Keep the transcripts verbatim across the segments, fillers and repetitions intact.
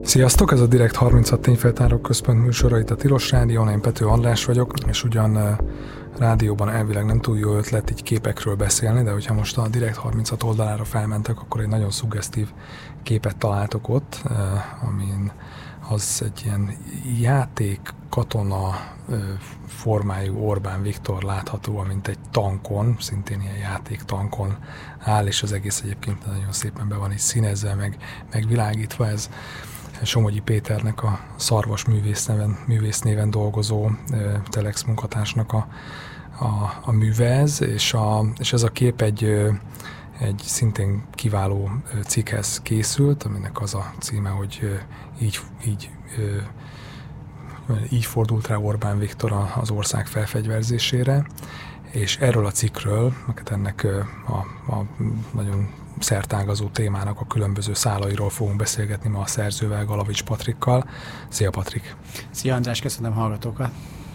Sziasztok, ez a Direkt harminchat Tényfeltáró Központ műsora itt a Tilos Rádión, én Pető András vagyok, és ugyan rádióban elvileg nem túl jó ötlet így képekről beszélni, de hogyha most a Direkt harminchat oldalára felmentek, akkor egy nagyon szuggesztív képet találtok ott, amin az egy ilyen játék katona formájú Orbán Viktor látható, amint egy tankon, szintén ilyen játék tankon áll, és az egész egyébként nagyon szépen be van így színezve, meg, meg világítva. Ez Somogyi Péternek, a Szarvas művész néven, művész néven dolgozó Telex munkatársnak a, a, a műve ez, és, a, és ez a kép egy, egy szintén kiváló cikkhez készült, aminek az a címe, hogy így, így, így fordult rá Orbán Viktor az ország felfegyverzésére, és erről a cikkről, ennek a, a nagyon szertágazó témának a különböző szálairól fogunk beszélgetni ma a szerzővel, Galavics Patrikkal. Szia, Patrik! Szia, András, köszönöm hallgatókat!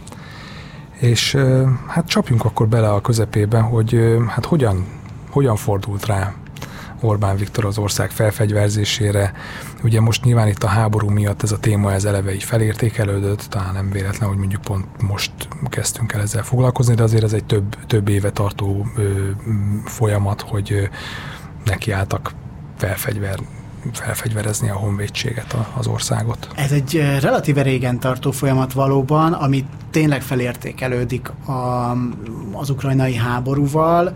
És hát csapjunk akkor bele a közepébe, hogy hát hogyan, hogyan fordult rá Orbán Viktor az ország felfegyverzésére. Ugye most nyilván itt a háború miatt ez a téma ez eleve így felértékelődött, talán nem véletlen, hogy mondjuk pont most kezdtünk el ezzel foglalkozni, de azért ez egy több, több éve tartó ö, folyamat, hogy ö, nekiálltak felfegyver, felfegyverezni a honvédséget, az országot. Ez egy relatíve régen tartó folyamat valóban, ami tényleg felértékelődik a, az ukrajnai háborúval,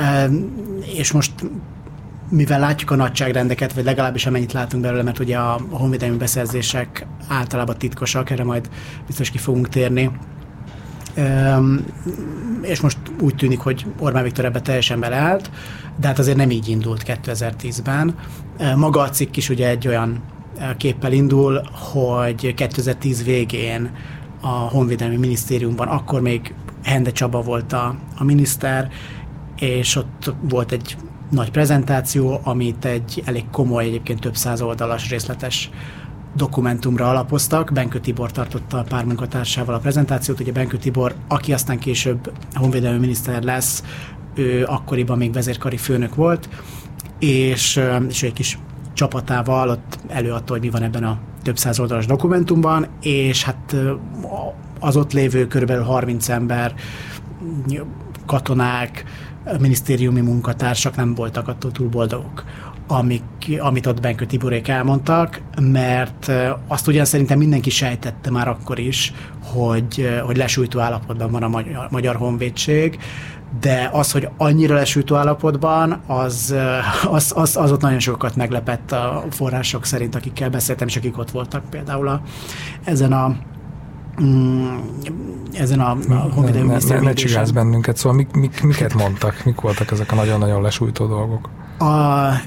és most mivel látjuk a nagyságrendeket, vagy legalábbis amennyit látunk belőle, mert ugye a honvédelmi beszerzések általában titkosak, erre majd biztos ki fogunk térni. Üm, és most úgy tűnik, hogy Orbán Viktor ebbe teljesen beleállt, de hát azért nem így indult kétezer-tízben. Maga a cikk is ugye egy olyan képpel indul, hogy kétezer-tíz végén a Honvédelmi Minisztériumban, akkor még Hende Csaba volt a, a miniszter, és ott volt egy nagy prezentáció, amit egy elég komoly, egyébként több száz oldalas részletes dokumentumra alapoztak. Benkő Tibor tartotta a pár munkatársával a prezentációt. Ugye Benkő Tibor, aki aztán később honvédelmi miniszter lesz, ő akkoriban még vezérkari főnök volt, és, és egy kis csapatával ott előadta, hogy mi van ebben a több száz oldalas dokumentumban, és hát az ott lévő körülbelül harminc ember, katonák, minisztériumi munkatársak nem voltak attól túl boldogok, amik, amit ott Benkő Tiborék elmondtak, mert azt ugyan szerintem mindenki sejtette már akkor is, hogy, hogy lesújtó állapotban van a magyar, magyar honvédség, de az, hogy annyira lesújtó állapotban, az, az, az, az ott nagyon sokat meglepett a források szerint, akikkel beszéltem, és akik ott voltak például a, ezen a ezen a, a honvédelmi minisztériumi Ne, ne csigálsz bennünket, szóval mik, mik, miket mondtak? Mik voltak ezek a nagyon-nagyon lesújtó dolgok? A, a,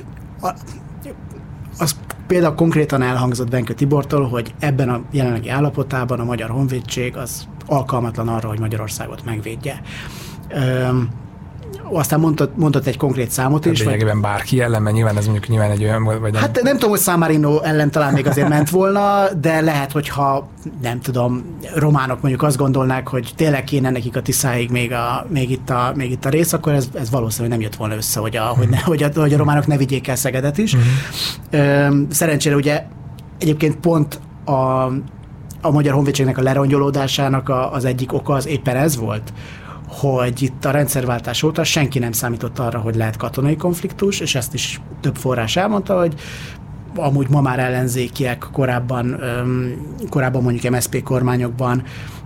az például konkrétan elhangzott Benkő Tibortól, hogy ebben a jelenlegi állapotában a magyar honvédség az alkalmatlan arra, hogy Magyarországot megvédje. Üm, aztán mondott, mondott egy konkrét számot is. Lényegében vagy... bárki ellen, mert nyilván ez mondjuk nyilván egy olyan... Vagy nem... Hát nem tudom, hogy San Marino ellen talán még azért ment volna, de lehet, hogyha nem tudom, románok mondjuk azt gondolnák, hogy tényleg kéne nekik a Tiszáig még, a, még, itt, a, még itt a rész, akkor ez, ez valószínűleg nem jött volna össze, hogy a, mm. hogy, ne, hogy, a, hogy a románok ne vigyék el Szegedet is. Mm. Szerencsére ugye egyébként pont a, a magyar honvédségnek a lerongyolódásának a, az egyik oka az éppen ez volt, hogy itt a rendszerváltás óta senki nem számított arra, hogy lehet katonai konfliktus, és ezt is több forrás elmondta, hogy amúgy ma már ellenzékiek korábban, korábban mondjuk em es zé pé kormányokban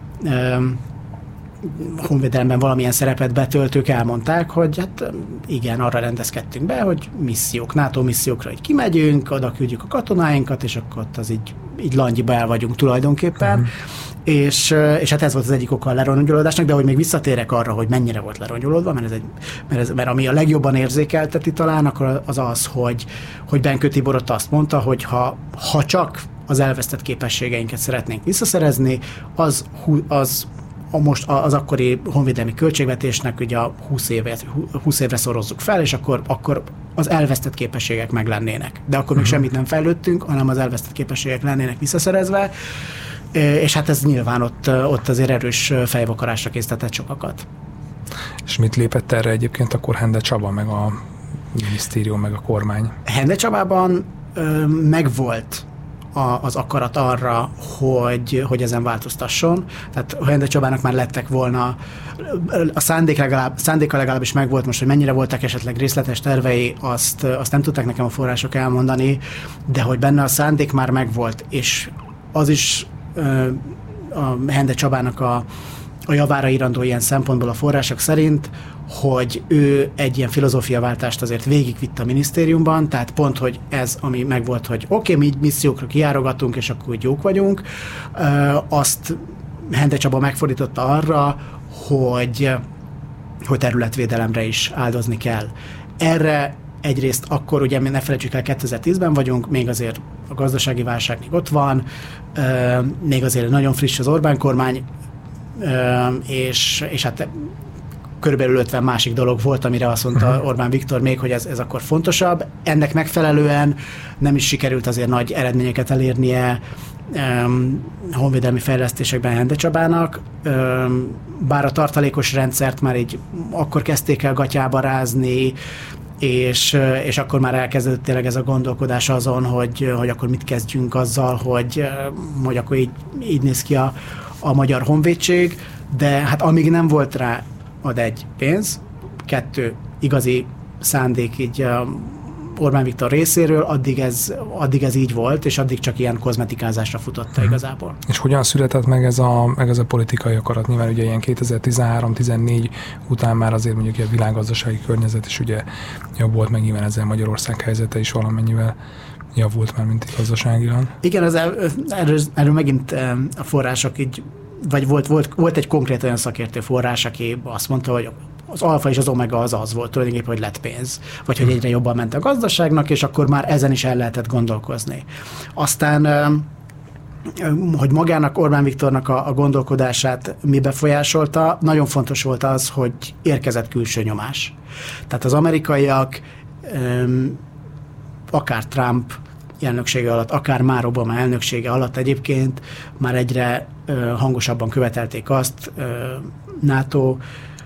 honvédelemben valamilyen szerepet betöltők elmondták, hogy hát igen, arra rendezkedtünk be, hogy missziók, NATO missziókra így kimegyünk, oda küldjük a katonáinkat, és akkor ott az így, így langyiba el vagyunk tulajdonképpen. Mm. És, és hát ez volt az egyik oka a lerongyolódásnak, de hogy még visszatérek arra, hogy mennyire volt lerongyolódva, mert, ez egy, mert, ez, mert ami a legjobban érzékelteti talán, akkor az az, hogy, hogy Benkő Tibor ott azt mondta, hogy ha, ha csak az elvesztett képességeinket szeretnénk visszaszerezni, az, az a most az akkori honvédelmi költségvetésnek ugye a húsz, évet, húsz évre szorozzuk fel, és akkor, akkor az elvesztett képességek meg lennének. De akkor még semmit nem fejlődtünk, hanem az elvesztett képességek lennének visszaszerezve, és hát ez nyilván ott, ott azért erős fejvakarásra késztetett sokakat. És mit lépett erre egyébként akkor Hende Csaba, meg a minisztérium, meg a kormány? Hende Csabában ö, megvolt a, az akarat arra, hogy, hogy ezen változtasson. Tehát Hende Csabának már lettek volna, a szándék legalább, szándéka legalábbis megvolt most, hogy mennyire voltak esetleg részletes tervei, azt, azt nem tudták nekem a források elmondani, de hogy benne a szándék már megvolt, és az is a Hende Csabának a, a javára írandó ilyen szempontból a források szerint, hogy ő egy ilyen filozófiaváltást azért végigvitt a minisztériumban, tehát pont, hogy ez, ami megvolt, hogy oké, okay, mi missziókra kijárogatunk, és akkor úgy jók vagyunk, azt Hende Csaba megfordította arra, hogy, hogy területvédelemre is áldozni kell. Erre egyrészt akkor, ugye ne felejtsük el, kétezer-tízben vagyunk, még azért a gazdasági válság még ott van, még azért nagyon friss az Orbán kormány, és, és hát körülbelül ötven másik dolog volt, amire azt mondta Orbán Viktor még, hogy ez, ez akkor fontosabb. Ennek megfelelően nem is sikerült azért nagy eredményeket elérnie um, honvédelmi fejlesztésekben Hende Csabának, um, bár a tartalékos rendszert már így akkor kezdték el gatyába rázni, és, és akkor már elkezdődött tényleg ez a gondolkodás azon, hogy, hogy akkor mit kezdjünk azzal, hogy, hogy akkor így, így néz ki a, a magyar honvédség, de hát amíg nem volt rá ad egy pénz, kettő igazi szándék így Orbán Viktor részéről, addig ez, addig ez így volt, és addig csak ilyen kozmetikázásra futotta hmm. igazából. És hogyan született meg ez a, meg ez a politikai akarat? Nyilván ugye ilyen kétezer-tizenhárom-tizennégy után már azért mondjuk a világgazdasági környezet is ugye jobb volt, meg nyilván ezzel Magyarország helyzete is valamennyivel javult már, mint itt gazdaságilag. Igen, az el, erről, erről megint a források így, vagy volt, volt, volt egy konkrét olyan szakértő forrás, aki azt mondta, hogy az alfa és az omega az az volt tulajdonképpen, hogy lett pénz, vagy hogy egyre jobban ment a gazdaságnak, és akkor már ezen is el lehetett gondolkozni. Aztán, hogy magának Orbán Viktornak a, a gondolkodását mi befolyásolta, nagyon fontos volt az, hogy érkezett külső nyomás. Tehát az amerikaiak, akár Trump elnöksége alatt, akár már Obama elnöksége alatt egyébként már egyre hangosabban követelték azt NATO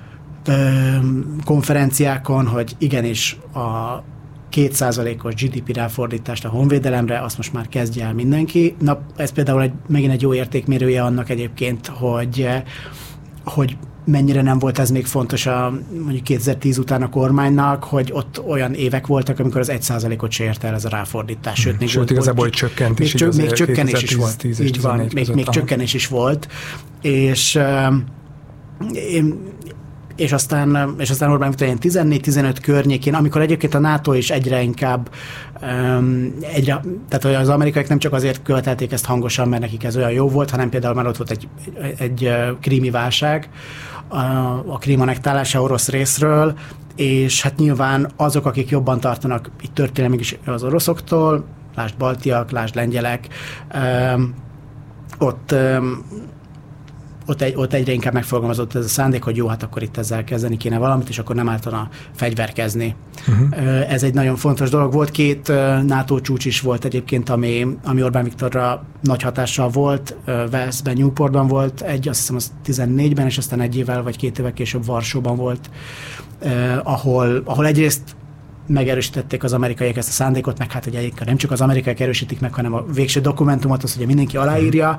konferenciákon, hogy igenis a két százalékos gé dé pé ráfordítást a honvédelemre, azt most már kezdje el mindenki. Na, ez például egy, megint egy jó értékmérője annak egyébként, hogy, hogy mennyire nem volt ez még fontos a mondjuk kétezer-tíz után a kormánynak, hogy ott olyan évek voltak, amikor az egy százalékot se ért el ez a ráfordítás. Sőt, még Sőt volt, igazából volt, csökkent is. Még, még csökkenés is volt. Így van, még, még csökkenés is volt. És uh, én, és aztán, és aztán Orbán Viktor tizennégy-tizenöt környékén, amikor egyébként a NATO is egyre inkább, um, egyre, tehát az amerikaiak nem csak azért követelték ezt hangosan, mert nekik ez olyan jó volt, hanem például már ott volt egy, egy, egy krími válság, a, a Krím annektálása orosz részről, és hát nyilván azok, akik jobban tartanak itt történelmileg is az oroszoktól, lásd baltiak, lásd lengyelek, um, ott um, Ott, egy, ott egyre inkább megfogalmazott ez a szándék, hogy jó, hát akkor itt ezzel kezdeni kéne valamit, és akkor nem álltana fegyverkezni. Uh-huh. Ez egy nagyon fontos dolog volt. Két NATO csúcs is volt egyébként, ami, ami Orbán Viktorra nagy hatással volt. Walesben, Newportban volt egy, azt hiszem az tizennégyben, és aztán egy évvel vagy két évvel később Varsóban volt, ahol, ahol egyrészt megerősítették az amerikaiak ezt a szándékot, meg hát ugye nem csak az amerikaiak erősítik meg, hanem a végső dokumentumot, az ugye mindenki aláírja,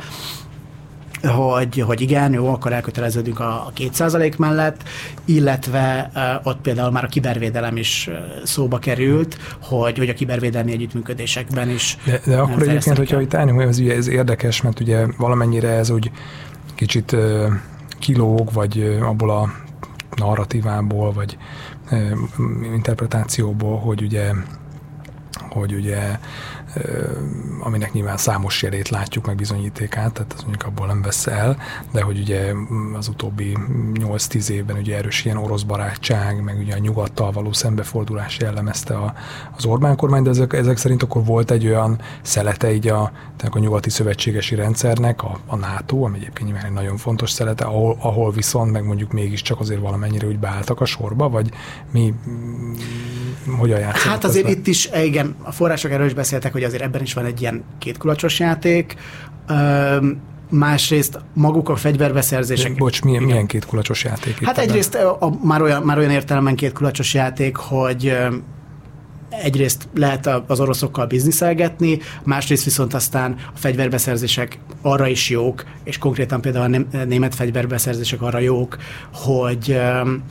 hogy, hogy igen, jó, akkor elköteleződünk a két százalék mellett, illetve uh, ott például már a kibervédelem is uh, szóba került, hogy, hogy a kibervédelmi együttműködésekben is. De, de akkor egyébként, hogyha itt állunk, ez, ugye, ez érdekes, mert ugye valamennyire ez úgy kicsit uh, kilóg, vagy uh, abból a narratívából, vagy uh, interpretációból, hogy ugye hogy ugye aminek nyilván számos jelét látjuk, meg bizonyítékát, tehát az mondjuk abból nem vesz el, de hogy ugye az utóbbi nyolc-tíz évben ugye erős ilyen orosz barátság, meg ugye a nyugattal való szembefordulás jellemezte a, az Orbán kormány, de ezek, ezek szerint akkor volt egy olyan szelete így a, a nyugati szövetségesi rendszernek, a, a NATO, ami egyébként nyilván egy nagyon fontos szelete, ahol, ahol viszont meg mondjuk mégiscsak azért valamennyire úgy beálltak a sorba, vagy mi, hogyan játszott? Hát azért itt is, igen, a források erről is beszéltek, hogy azért ebben is van egy ilyen kétkulacsos játék. Üm, másrészt maguk a fegyverbeszerzések... Bocs, milyen, milyen kétkulacsos játék? Hát egyrészt a, a, már, olyan, már olyan értelemben kétkulacsos játék, hogy egyrészt lehet az oroszokkal bizniszelgetni, másrészt viszont aztán a fegyverbeszerzések arra is jók, és konkrétan például a német fegyverbeszerzések arra jók, hogy,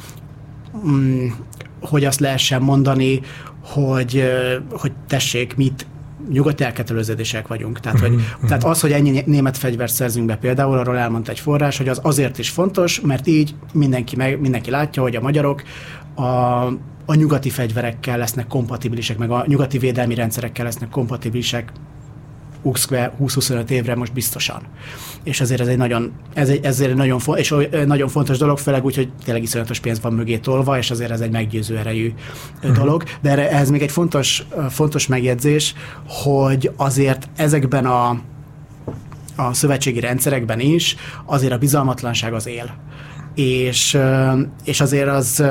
hogy azt lehessen mondani, hogy, hogy tessék, mit nyugati elköteleződések vagyunk. Tehát, hogy, mm-hmm. tehát az, hogy ennyi német fegyvert szerzünk be például, arról elmondta egy forrás, hogy az azért is fontos, mert így mindenki, meg, mindenki látja, hogy a magyarok a, a nyugati fegyverekkel lesznek kompatibilisek, meg a nyugati védelmi rendszerekkel lesznek kompatibilisek húsz-huszonöt évre most biztosan. És ezért ez egy nagyon, ez egy, ezért egy nagyon, fo- és nagyon fontos dolog, főleg úgy, hogy tényleg iszonyatos pénz van mögé tolva, és azért ez egy meggyőző erejű uh-huh. dolog. De erre, ez még egy fontos, fontos megjegyzés, hogy azért ezekben a, a szövetségi rendszerekben is azért a bizalmatlanság az él. És, és azért az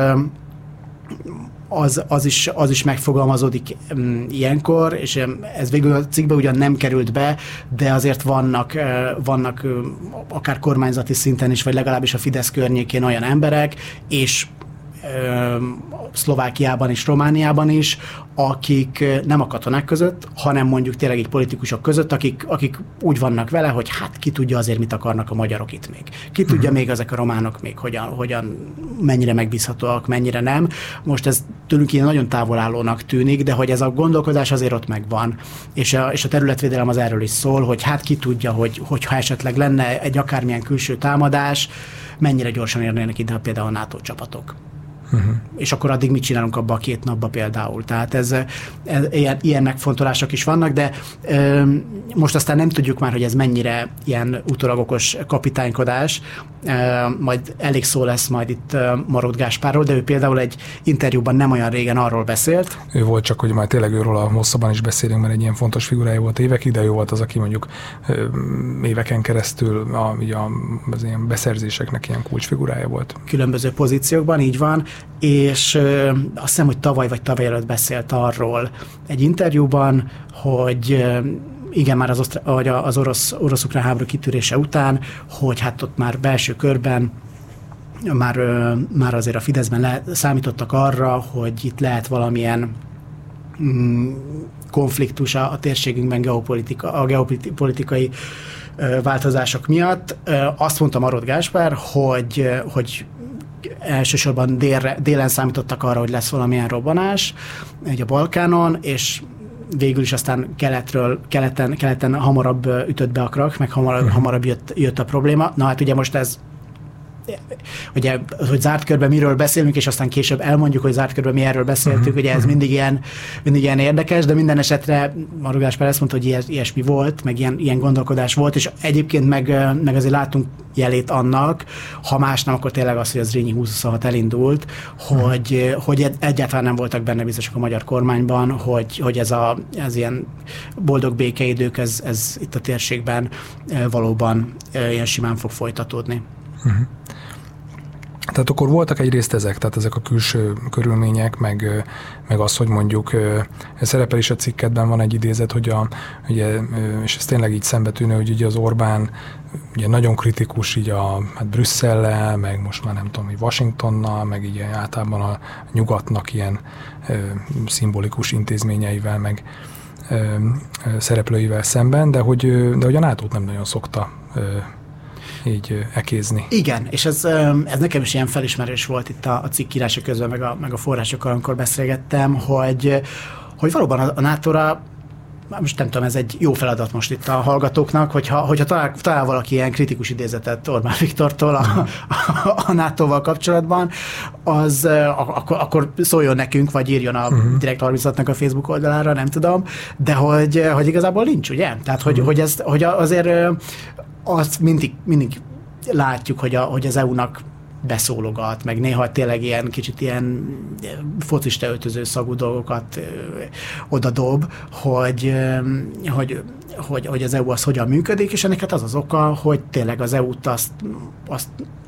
Az, az, is, az is megfogalmazódik um, ilyenkor, és um, ez végül a cikkbe ugyan nem került be, de azért vannak, uh, vannak uh, akár kormányzati szinten is, vagy legalábbis a Fidesz környékén olyan emberek, és uh, Szlovákiában és Romániában is, akik nem a katonák között, hanem mondjuk tényleg így politikusok között, akik, akik úgy vannak vele, hogy hát ki tudja azért, mit akarnak a magyarok itt még. Ki tudja uh-huh. még ezek a románok még, hogyan, hogyan, mennyire megbízhatóak, mennyire nem. Most ez tőlünk ilyen nagyon távolállónak tűnik, de hogy ez a gondolkodás azért ott megvan. És a, és a területvédelem az erről is szól, hogy hát ki tudja, hogy, hogyha esetleg lenne egy akármilyen külső támadás, mennyire gyorsan érnének ide például a NATO csapatok. Uh-huh. És akkor addig mit csinálunk abba a két napba például. Tehát ez, ez ilyen, ilyen megfontolások is vannak, de ö, most aztán nem tudjuk már, hogy ez mennyire ilyen utólagokos kapitánykodás. Ö, majd elég szó lesz majd itt Marót Gáspárról, de ő például egy interjúban nem olyan régen arról beszélt. Ő volt, csak hogy majd tényleg őről a hosszabban is beszélünk, mert egy ilyen fontos figurája volt évekig, de ő volt az, aki mondjuk ö, éveken keresztül a, a, az ilyen beszerzéseknek ilyen kulcsfigurája volt. Különböző pozíciókban, így van. És ö, azt hiszem, hogy tavaly vagy tavaly előtt beszélt arról egy interjúban, hogy ö, igen, már az, osztra, vagy az orosz, orosz-ukrán háború kitűrése után, hogy hát ott már belső körben már, ö, már azért a Fideszben le, számítottak arra, hogy itt lehet valamilyen mm, konfliktus a, a térségünkben geopolitika, a geopolitikai ö, változások miatt. Ö, azt mondta Marót Gáspár, hogy, hogy elsősorban délre, délen számítottak arra, hogy lesz valamilyen robbanás egy a Balkánon, és végül is aztán keletről, keleten, keleten hamarabb ütött be a krak, meg hamarabb, uh-huh. hamarabb jött, jött a probléma. Na hát ugye most ez ugye, hogy zárt körben miről beszélünk, és aztán később elmondjuk, hogy zárt körben mi erről beszéltünk, uh-huh. ugye ez mindig ilyen, mindig ilyen érdekes, de minden esetre Marót Gáspár ezt mondta, hogy ilyes, ilyesmi volt, meg ilyen, ilyen gondolkodás volt, és egyébként meg, meg azért látunk jelét annak, ha más nem, akkor tényleg az, hogy az Zrínyi húsz-huszonhat elindult, hogy, uh-huh. hogy egyáltalán nem voltak benne biztosak a magyar kormányban, hogy, hogy ez, a, ez ilyen boldog békeidők, ez, ez itt a térségben valóban ilyen simán fog folytatódni. Uh-huh. Tehát akkor voltak egyrészt ezek, tehát ezek a külső körülmények, meg, meg az, hogy mondjuk, ez szerepel is a cikketben, van egy idézet, hogy a, ugye, és ez tényleg így szembetűnő, hogy ugye az Orbán ugye nagyon kritikus így a hát Brüsszellel, meg most már nem tudom, Washingtonnal, meg így általában a nyugatnak ilyen ö, szimbolikus intézményeivel, meg ö, ö, szereplőivel szemben, de hogy, de hogy a nátót nem nagyon szokta ö, így ekézni. Igen, és ez, ez nekem is ilyen felismerés volt itt a, a cikk írása közben, meg a, meg a forrásokkal, amikor beszélgettem, hogy, hogy valóban a, a nátóra, most nem tudom, ez egy jó feladat most itt a hallgatóknak, hogyha, hogyha talál, talál valaki ilyen kritikus idézetet Orbán Viktortól a, a, a nátóval kapcsolatban, az akkor, akkor szóljon nekünk, vagy írjon a uh-huh. Direkt harminchatnak a Facebook oldalára, nem tudom, de hogy, hogy igazából nincs, ugye? Tehát, hogy, uh-huh. hogy, ez, hogy azért azt mindig, mindig látjuk, hogy, a, hogy az é u-nak beszólogat, meg néha tényleg ilyen kicsit ilyen focista öltöző szagú dolgokat ö, oda dob, hogy, ö, hogy, hogy, hogy az é u az hogyan működik, és ennek hát az az oka, hogy tényleg az é u-t azt, azt úgy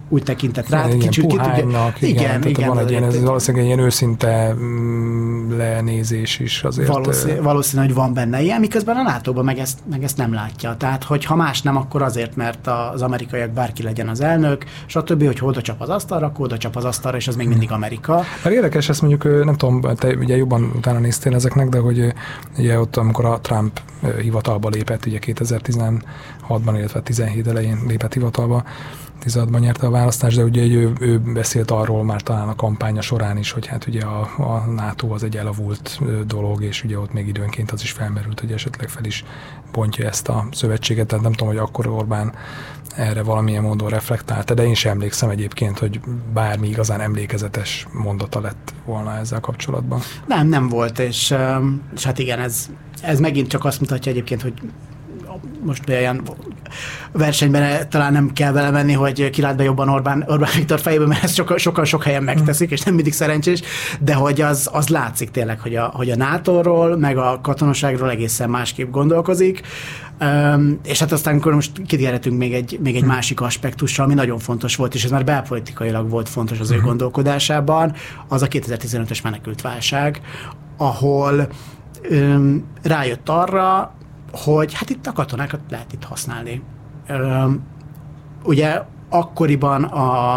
úgy tekintett rá. Igen, kicsit, puhánynak, igen, igen, igen, igen, van egy ilyen, ez egy, valószínűleg egy ilyen őszinte mm, lenézés is azért. Valószínű, valószínű, hogy van benne ilyen, miközben a nátóban meg ezt, meg ezt nem látja. Tehát, hogy ha más nem, akkor azért, mert az amerikaiak bárki legyen az elnök, stb., hogy oda csap az asztalra, akkor oda csap az asztalra, és az még mindig Amerika. Mert érdekes, ezt mondjuk, nem tudom, te ugye jobban utána néztél ezeknek, de hogy ugye ott, amikor a Trump hivatalba lépett, ugye kétezer-tizenhatban, illetve tizenhét elején lépett hivatalba, tizenhatban nyerte a választást, de ugye ő, ő beszélt arról már talán a kampánya során is, hogy hát ugye a, a NATO az egy elavult dolog, és ugye ott még időnként az is felmerült, hogy esetleg fel is bontja ezt a szövetséget, tehát nem tudom, hogy akkor Orbán erre valamilyen módon reflektált, de én sem emlékszem egyébként, hogy bármi igazán emlékezetes mondata lett volna ezzel kapcsolatban. Nem, nem volt, és, és hát igen, ez, ez megint csak azt mutatja egyébként, hogy most olyan versenyben talán nem kell vele menni, hogy ki lát be jobban Orbán, Orbán Viktor fejében, mert ezt sokan, sokan sok helyen megteszik, és nem mindig szerencsés, de hogy az, az látszik tényleg, hogy a, hogy a nátóról, meg a katonaságról egészen másképp gondolkozik. Um, és hát aztán akkor most kitérhetünk még egy, még egy másik aspektusra, ami nagyon fontos volt, és ez már belpolitikailag volt fontos az ő gondolkodásában, az a kétezer-tizenötös menekült válság, ahol um, rájött arra, hogy hát itt a katonákat lehet itt használni. Um, ugye akkoriban a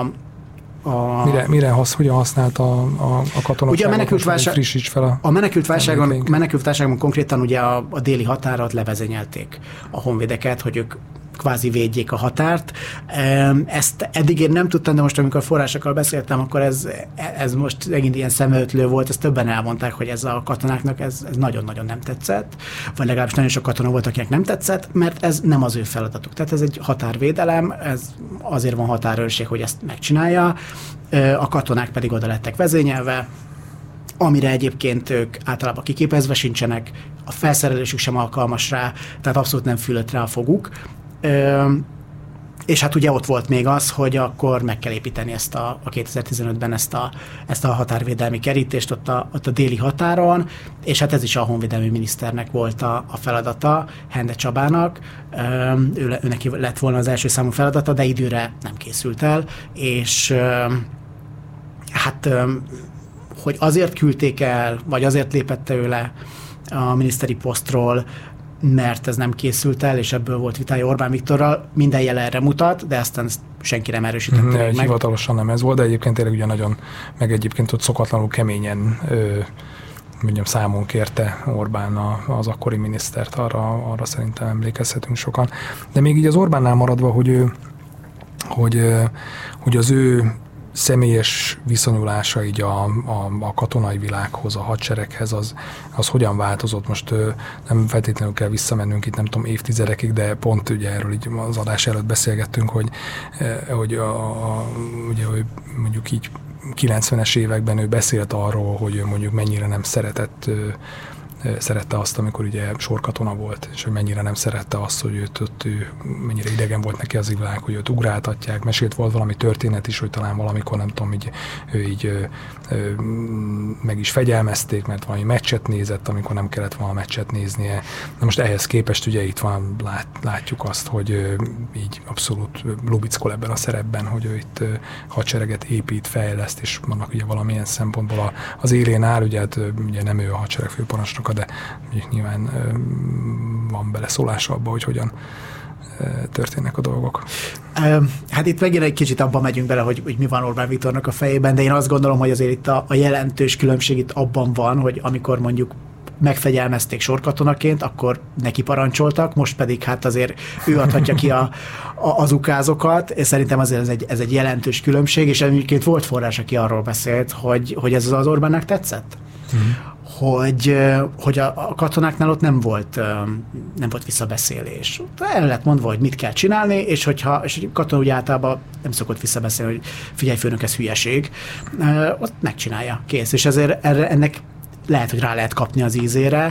A, mire, mire hasz, hogyan használta a, a, a katonaságot? Ugye a menekült válság, fel a, a menekült válságon, menekült válságon konkrétan ugye a, a déli határat levezényelték a honvédeket, hogy ők kvázi védjék a határt. Ezt eddig én nem tudtam, de most amikor forrásokkal beszéltem, akkor ez, ez most megint ilyen szemöötlő volt, ezt többen elmondták, hogy ez a katonáknak ez, ez nagyon-nagyon nem tetszett, vagy legalábbis nagyon sok katona volt, akinek nem tetszett, mert ez nem az ő feladatuk. Tehát ez egy határvédelem, ez azért van határőrség, hogy ezt megcsinálja, a katonák pedig oda lettek vezényelve, amire egyébként ők általában kiképezve sincsenek, a felszerelésük sem alkalmas rá, tehát abszolút nem fülött rá a foguk. Ö, és hát ugye ott volt még az, hogy akkor meg kell építeni ezt a, a kétezer-tizenötben ezt a, ezt a határvédelmi kerítést ott a, ott a déli határon, és hát ez is a honvédelmi miniszternek volt a, a feladata, Hende Csabának. Ö, ő, ő neki lett volna az első számú feladata, de időre nem készült el, és ö, hát ö, hogy azért küldték el, vagy azért lépette ő le a miniszteri posztról, mert ez nem készült el, és ebből volt vitája Orbán Viktorral, minden jel erre mutat, de aztán ezt senki nem erősítette ne, meg. Hivatalosan nem ez volt, de egyébként tényleg ugye nagyon, meg egyébként ott szokatlanul keményen ö, mondjam, számon kérte Orbán a, az akkori minisztert, arra, arra szerintem emlékezhetünk sokan. De még így az Orbánnál maradva, hogy, ő, hogy, hogy az ő személyes viszonyulása így a, a, a katonai világhoz, a hadsereghez, az, az hogyan változott? Most ö, nem feltétlenül kell visszamennünk itt, nem tudom, évtizedekig, de pont ugye erről így az adás előtt beszélgettünk, hogy, hogy a, a, ugye, hogy mondjuk így kilencvenes években ő beszélt arról, hogy ő mondjuk mennyire nem szeretett szerette azt, amikor ugye sorkatona volt, és hogy mennyire nem szerette azt, hogy őt, őt, ő, mennyire idegen volt neki az világ, hogy őt ugráltatják. Mesélt volt valami történet is, hogy talán valamikor, nem tudom, így, ő így ö, ö, meg is fegyelmezték, mert valami meccset nézett, amikor nem kellett volna meccset néznie. Na most ehhez képest ugye itt van, lát, látjuk azt, hogy ö, így abszolút lubickol ebben a szerepben, hogy ő itt ö, hadsereget épít, fejleszt, és vannak ugye valamilyen szempontból a, az élén áll, ugye, hát, ugye nem ő a hadsereg főparancsnoka, de nyilván ö, van beleszólása abba, hogy hogyan ö, történnek a dolgok. Hát itt megint egy kicsit abban megyünk bele, hogy, hogy mi van Orbán Viktornak a fejében, de én azt gondolom, hogy azért itt a, a jelentős különbség itt abban van, hogy amikor mondjuk megfegyelmezték sorkatonaként, akkor neki parancsoltak, most pedig hát azért ő adhatja ki a, a, az ukázokat, és szerintem azért ez egy, ez egy jelentős különbség, és egyébként volt forrás, aki arról beszélt, hogy, hogy ez az Orbánnak tetszett. Mm. Hogy, hogy a, a katonáknál ott nem volt, nem volt visszabeszélés. El lett mondva, hogy mit kell csinálni, és hogyha és a katona úgy általában nem szokott visszabeszélni, hogy figyelj főnök, ez hülyeség, ott megcsinálja, kész. És ezért erre, ennek lehet, hogy rá lehet kapni az ízére.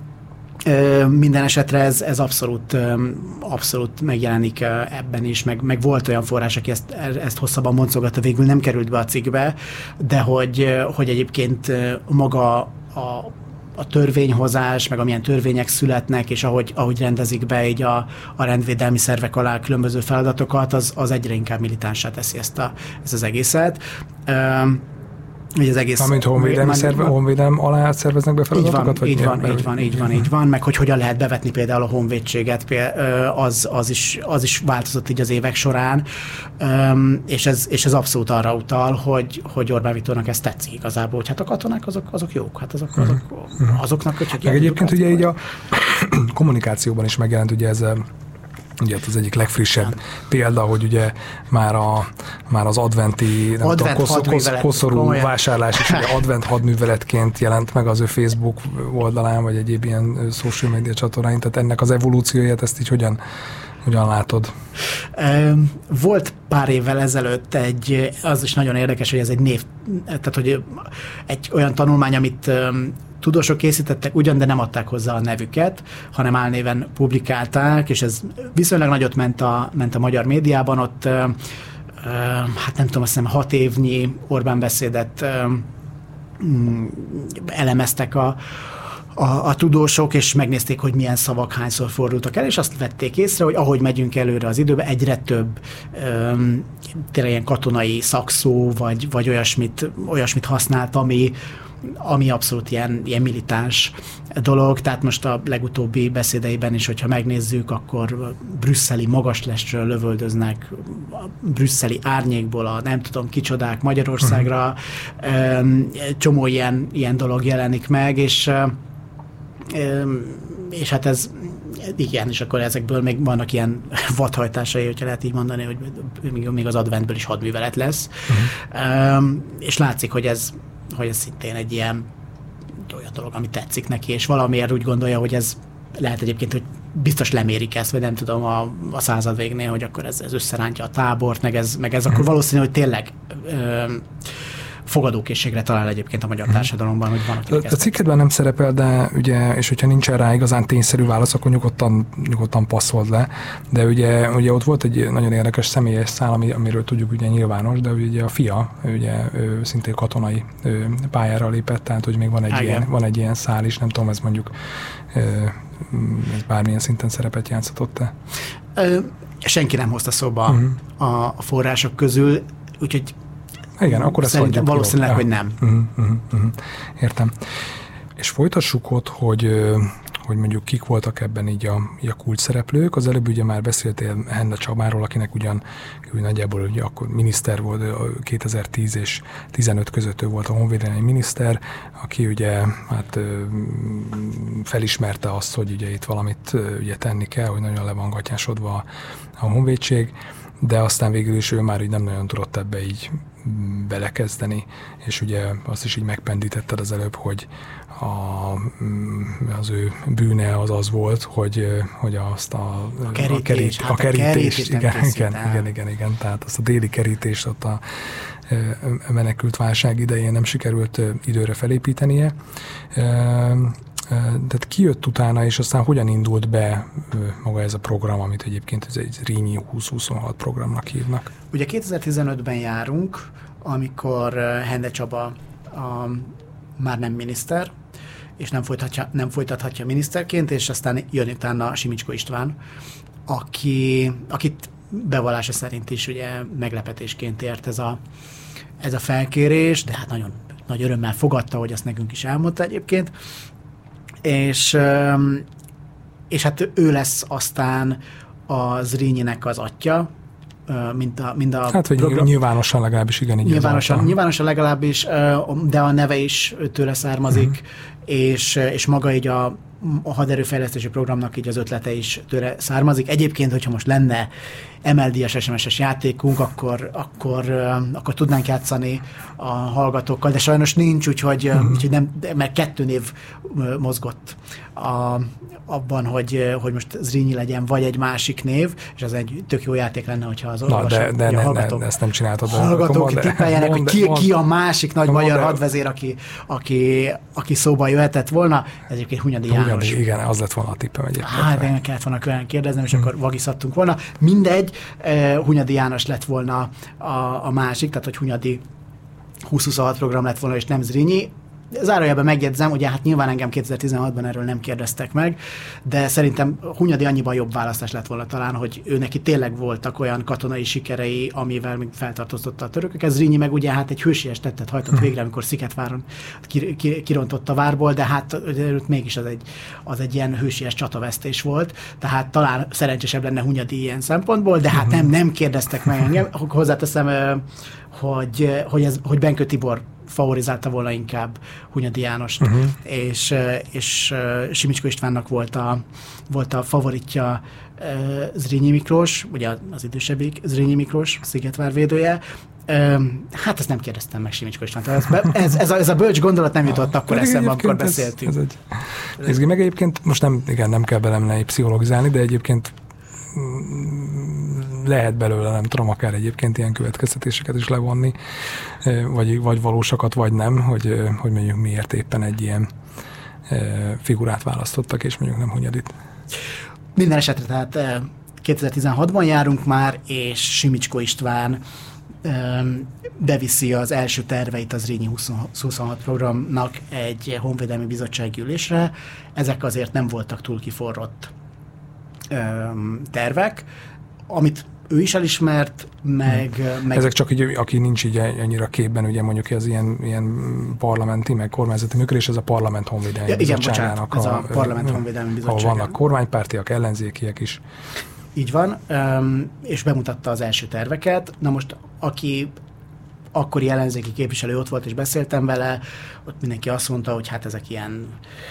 Minden esetre ez, ez abszolút, abszolút megjelenik ebben is, meg, meg volt olyan forrás, aki ezt, ezt hosszabban boncolgatta, végül nem került be a cikkbe, de hogy, hogy egyébként maga a, a törvényhozás, meg amilyen törvények születnek, és ahogy, ahogy rendezik be így a, a rendvédelmi szervek alá különböző feladatokat, az, az egyre inkább militánsá teszi ezt, a, ezt az egészet. Ugye az egész... Amint honvédelmi szerve, honvédelem alá szerveznek be feladatokat? Így van, így van, így van, így van, így van, meg hogy hogyan lehet bevetni például a honvédséget, az, az, is, az is változott így az évek során, és ez, és ez abszolút arra utal, hogy, hogy Orbán Viktornak ez tetszik igazából, hogy hát a katonák azok, azok jók, hát azok, azok, azoknak kötjük. Meg egyébként ugye így a kommunikációban is megjelent ugye ez ugye az egyik legfrissebb példa, hogy ugye már, a, már az adventi nem advent tudom, kosz, kosz, koszorú komolyan. Vásárlás is ugye advent hadműveletként jelent meg az ő Facebook oldalán, vagy egyéb ilyen social media csatornáin, tehát ennek az evolúcióját ezt így hogyan, hogyan látod? Volt pár évvel ezelőtt egy, az is nagyon érdekes, hogy ez egy név, tehát hogy egy olyan tanulmány, amit tudósok készítettek ugyan, de nem adták hozzá a nevüket, hanem álnéven publikálták, és ez viszonylag nagyot ment a, ment a magyar médiában, ott hát nem tudom, azt hiszem hat évnyi Orbán beszédet elemeztek a A, a tudósok, és megnézték, hogy milyen szavak hányszor fordultak el, és azt vették észre, hogy ahogy megyünk előre az időben, egyre több öm, tényleg ilyen katonai szakszó, vagy, vagy olyasmit, olyasmit használt, ami, ami abszolút ilyen, ilyen militáns dolog. Tehát most a legutóbbi beszédeiben is, hogyha megnézzük, akkor brüsszeli magaslestről lövöldöznek, a brüsszeli árnyékból a nem tudom kicsodák Magyarországra, öm, csomó ilyen, ilyen dolog jelenik meg, és és hát ez, igen, és akkor ezekből még vannak ilyen vadhajtásai, hogyha lehet így mondani, hogy még az adventből is hadművelet lesz. Uh-huh. Um, és látszik, hogy ez, hogy ez szintén egy ilyen olyan dolog, ami tetszik neki, és valamiért úgy gondolja, hogy ez lehet egyébként, hogy biztos lemérik ezt, vagy nem tudom, a, a század végnél, hogy akkor ez, ez összerántja a tábort, meg ez, meg ez uh-huh. akkor valószínű, hogy tényleg um, fogadókészségre talál egyébként a magyar társadalomban, hogy van, akinek ezt... A cikkedben nem szerepel, de ugye, és hogyha nincsen rá igazán tényszerű válasz, akkor nyugodtan, nyugodtan passzold le. De ugye, ugye ott volt egy nagyon érdekes személyes szál, ami, amiről tudjuk ugye nyilvános, de ugye a fia, ugye ő szintén katonai ő, pályára lépett, tehát hogy még van egy, ilyen, van egy ilyen szál is, nem tudom, ez mondjuk ez bármilyen szinten szerepet játszhatott-e? Senki nem hozta szóba uh-huh. a, a források közül, úgyhogy igen, akkor ezt szerintem valószínűleg, jó. hogy nem. Uh-huh, uh-huh, uh-huh. Értem. És folytassuk ott, hogy, hogy mondjuk kik voltak ebben így a, így a kulcs szereplők. Az előbb ugye már beszéltél Hende Csabáról, akinek ugyan nagyjából ugye akkor miniszter volt, kétezer-tíz és tizenöt között ő volt a honvédelmi miniszter, aki ugye hát felismerte azt, hogy ugye itt valamit ugye tenni kell, hogy nagyon le van gatyásodva a honvédség, de aztán végül is ő már így nem nagyon tudott ebbe így belekezdeni, és ugye azt is így megpendítetted az előbb, hogy a, az ő bűne az az volt, hogy, hogy azt a, a kerítés, a kerít, hát a kerítés, a igen, igen, igen, igen, igen, tehát azt a déli kerítést ott a menekült válság idején nem sikerült időre felépítenie. Tehát ki jött utána, és aztán hogyan indult be maga ez a program, amit egyébként ez egy Zrínyi húsz-huszonhat programnak hívnak? Ugye kétezer-tizenötben járunk, amikor Hende Csaba a, már nem miniszter, és nem folytathatja, nem folytathatja miniszterként, és aztán jön utána Simicsko István, aki, akit bevallása szerint is ugye meglepetésként ért ez a, ez a felkérés, de hát nagyon nagy örömmel fogadta, hogy azt nekünk is elmondta egyébként. És, és hát ő lesz aztán a Zrínyinek az atya, mint a, mint a hát, vagy program... nyilvánosan legalábbis, igen, így nyilvánosan, nyilvánosan legalábbis, de a neve is tőle származik, uh-huh. és, és maga így a, a haderőfejlesztési programnak így az ötlete is tőle származik. Egyébként, hogyha most lenne em el dé-es es em es-es játékunk, akkor, akkor, akkor tudnánk játszani a hallgatókkal, de sajnos nincs, úgyhogy, uh-huh. úgyhogy nem, mert kettő név mozgott a, abban, hogy, hogy most Zrínyi legyen, vagy egy másik név, és az egy tök jó játék lenne, hogyha az olvasók, de, de ne, hallgatók, ne, ezt nem csináltad. Hallgatók tippeljenek, hogy ki, ki a másik nagy magyar de, hadvezér, aki, aki, aki szóba jöhetett volna. Ez egyébként Hunyadi János. Hunyadi, igen, az lett volna a tippem egyébként. Hát, de meg kellett volna külön kérdeznem, és hmm. akkor vagiszattunk volna. Mindegy, eh, Hunyadi János lett volna a, a másik, tehát hogy Hunyadi húsz-huszonhat program lett volna, és nem Zrínyi. zárójelben megjegyzem, ugye hát nyilván engem kétezer-tizenhatban erről nem kérdeztek meg, de szerintem Hunyadi annyiban jobb választás lett volna talán, hogy ő neki tényleg voltak olyan katonai sikerei, amivel még feltartóztatta a törököket. Zrínyi meg ugye hát egy hősies tettet hajtott végre, amikor Sziketváron kirontott a várból, de hát mégis az egy, az egy ilyen hősies csatavesztés volt, tehát talán szerencsésebb lenne Hunyadi ilyen szempontból, de hát nem, nem kérdeztek meg engem. Hozzáteszem, hogy, hogy, ez, hogy Benkő Tibor favorizálta volna inkább Hunyadi Jánost, uh-huh. és, és Simicska Istvánnak volt a, volt a favoritja Zrínyi Miklós, ugye az idősebbik Zrínyi Miklós, Szigetvár védője. Hát ezt nem kérdeztem meg Simicska Istvánt. Ez, ez, ez, a, ez a bölcs gondolat nem jutott akkor eszembe, amikor beszéltünk. Ez, ez egy... Nézd, meg egyébként most nem, igen, nem kell belemleni pszichologizálni, de egyébként lehet belőle, nem tudom, akár egyébként ilyen következtetéseket is levonni, vagy, vagy valósakat, vagy nem, hogy, hogy mondjuk miért éppen egy ilyen figurát választottak, és mondjuk nem Hunyadit. Minden esetre, tehát kétezer-tizenhatban járunk már, és Simicska István beviszi az első terveit az Zrínyi huszonhat programnak egy honvédelmi bizottsági ülésre. Ezek azért nem voltak túl kiforrott tervek, amit ő is elismert, meg... Hmm. meg... Ezek csak így, aki nincs így annyira képben, ugye mondjuk ez ilyen, ilyen parlamenti, meg kormányzati működés, ez a Parlament Honvédelmi ja, Bizottságának. Igen, bocsánat, ez a, a Parlament Honvédelmi Bizottságának. Ahol vannak kormánypártiak, ellenzékiek is. Így van, és bemutatta az első terveket. Na most, aki akkori ellenzéki képviselő ott volt, és beszéltem vele, ott mindenki azt mondta, hogy hát ezek ilyen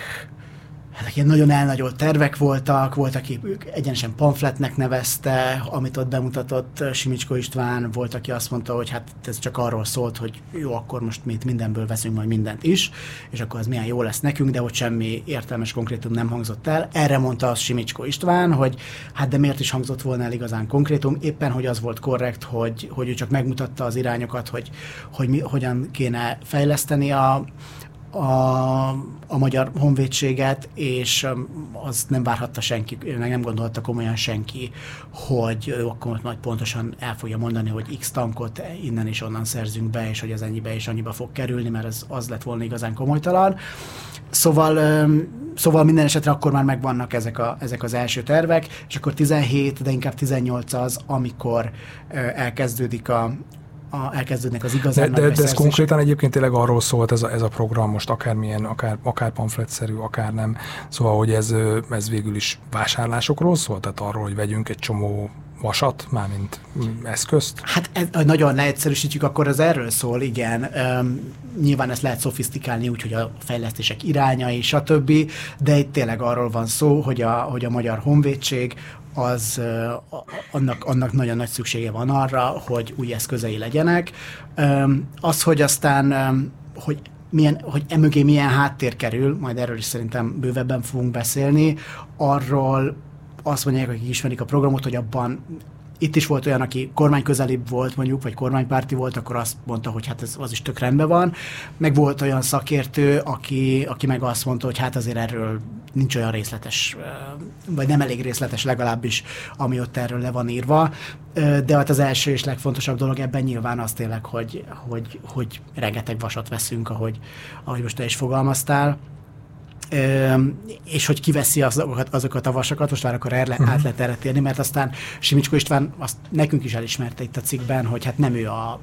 Ezek ilyen nagyon elnagyolt tervek voltak, volt, aki egyenesen pamfletnek nevezte, amit ott bemutatott Simicska István, volt, aki azt mondta, hogy hát ez csak arról szólt, hogy jó, akkor most mi mindenből veszünk majd mindent is, és akkor az milyen jó lesz nekünk, de ott semmi értelmes konkrétum nem hangzott el. Erre mondta azt Simicska István, hogy hát de miért is hangzott volna el igazán konkrétum, éppen, hogy az volt korrekt, hogy, hogy ő csak megmutatta az irányokat, hogy, hogy mi, hogyan kéne fejleszteni a A, a magyar honvédséget, és az nem várhatta senki, meg nem gondolta komolyan senki, hogy ő akkor majd pontosan el fogja mondani, hogy X tankot innen és onnan szerzünk be, és hogy ez ennyibe és annyiba fog kerülni, mert ez az lett volna igazán komolytalan. Szóval, szóval minden esetre akkor már megvannak ezek, a, ezek az első tervek, és akkor tizenhét, de inkább tizennyolc az, amikor elkezdődik a A, elkezdődnek az igazán de, de, de ez konkrétan egyébként tényleg arról szólt ez a, ez a program most akármilyen, akár, akár pamfletszerű, akár nem. Szóval, hogy ez, ez végül is vásárlásokról szólt, tehát arról, hogy vegyünk egy csomó vasat, mármint eszközt? Hát ez, nagyon leegyszerűsítjük, akkor az erről szól, igen. Um, nyilván ezt lehet szofisztikálni úgy, hogy a fejlesztések irányai, stb., de itt tényleg arról van szó, hogy a, hogy a magyar honvédség az uh, annak, annak nagyon nagy szüksége van arra, hogy új eszközei legyenek. Um, az, hogy aztán, um, hogy milyen, hogy emögé milyen háttér kerül, majd erről is szerintem bővebben fogunk beszélni, arról azt mondják, akik ismerik a programot, hogy abban itt is volt olyan, aki kormányközelibb volt mondjuk, vagy kormánypárti volt, akkor azt mondta, hogy hát ez az is tök rendben van. Meg volt olyan szakértő, aki, aki meg azt mondta, hogy hát azért erről nincs olyan részletes, vagy nem elég részletes legalábbis, ami ott erről le van írva. De hát az első és legfontosabb dolog ebben nyilván az tényleg, hogy, hogy, hogy rengeteg vasat veszünk, ahogy, ahogy most te is fogalmaztál. Ö, és hogy kiveszi azokat, azokat a vasakat, most már akkor erre, uh-huh. át lehet erre térni, mert aztán Simicska István azt nekünk is elismerte itt a cikkben, hogy hát nem ő a,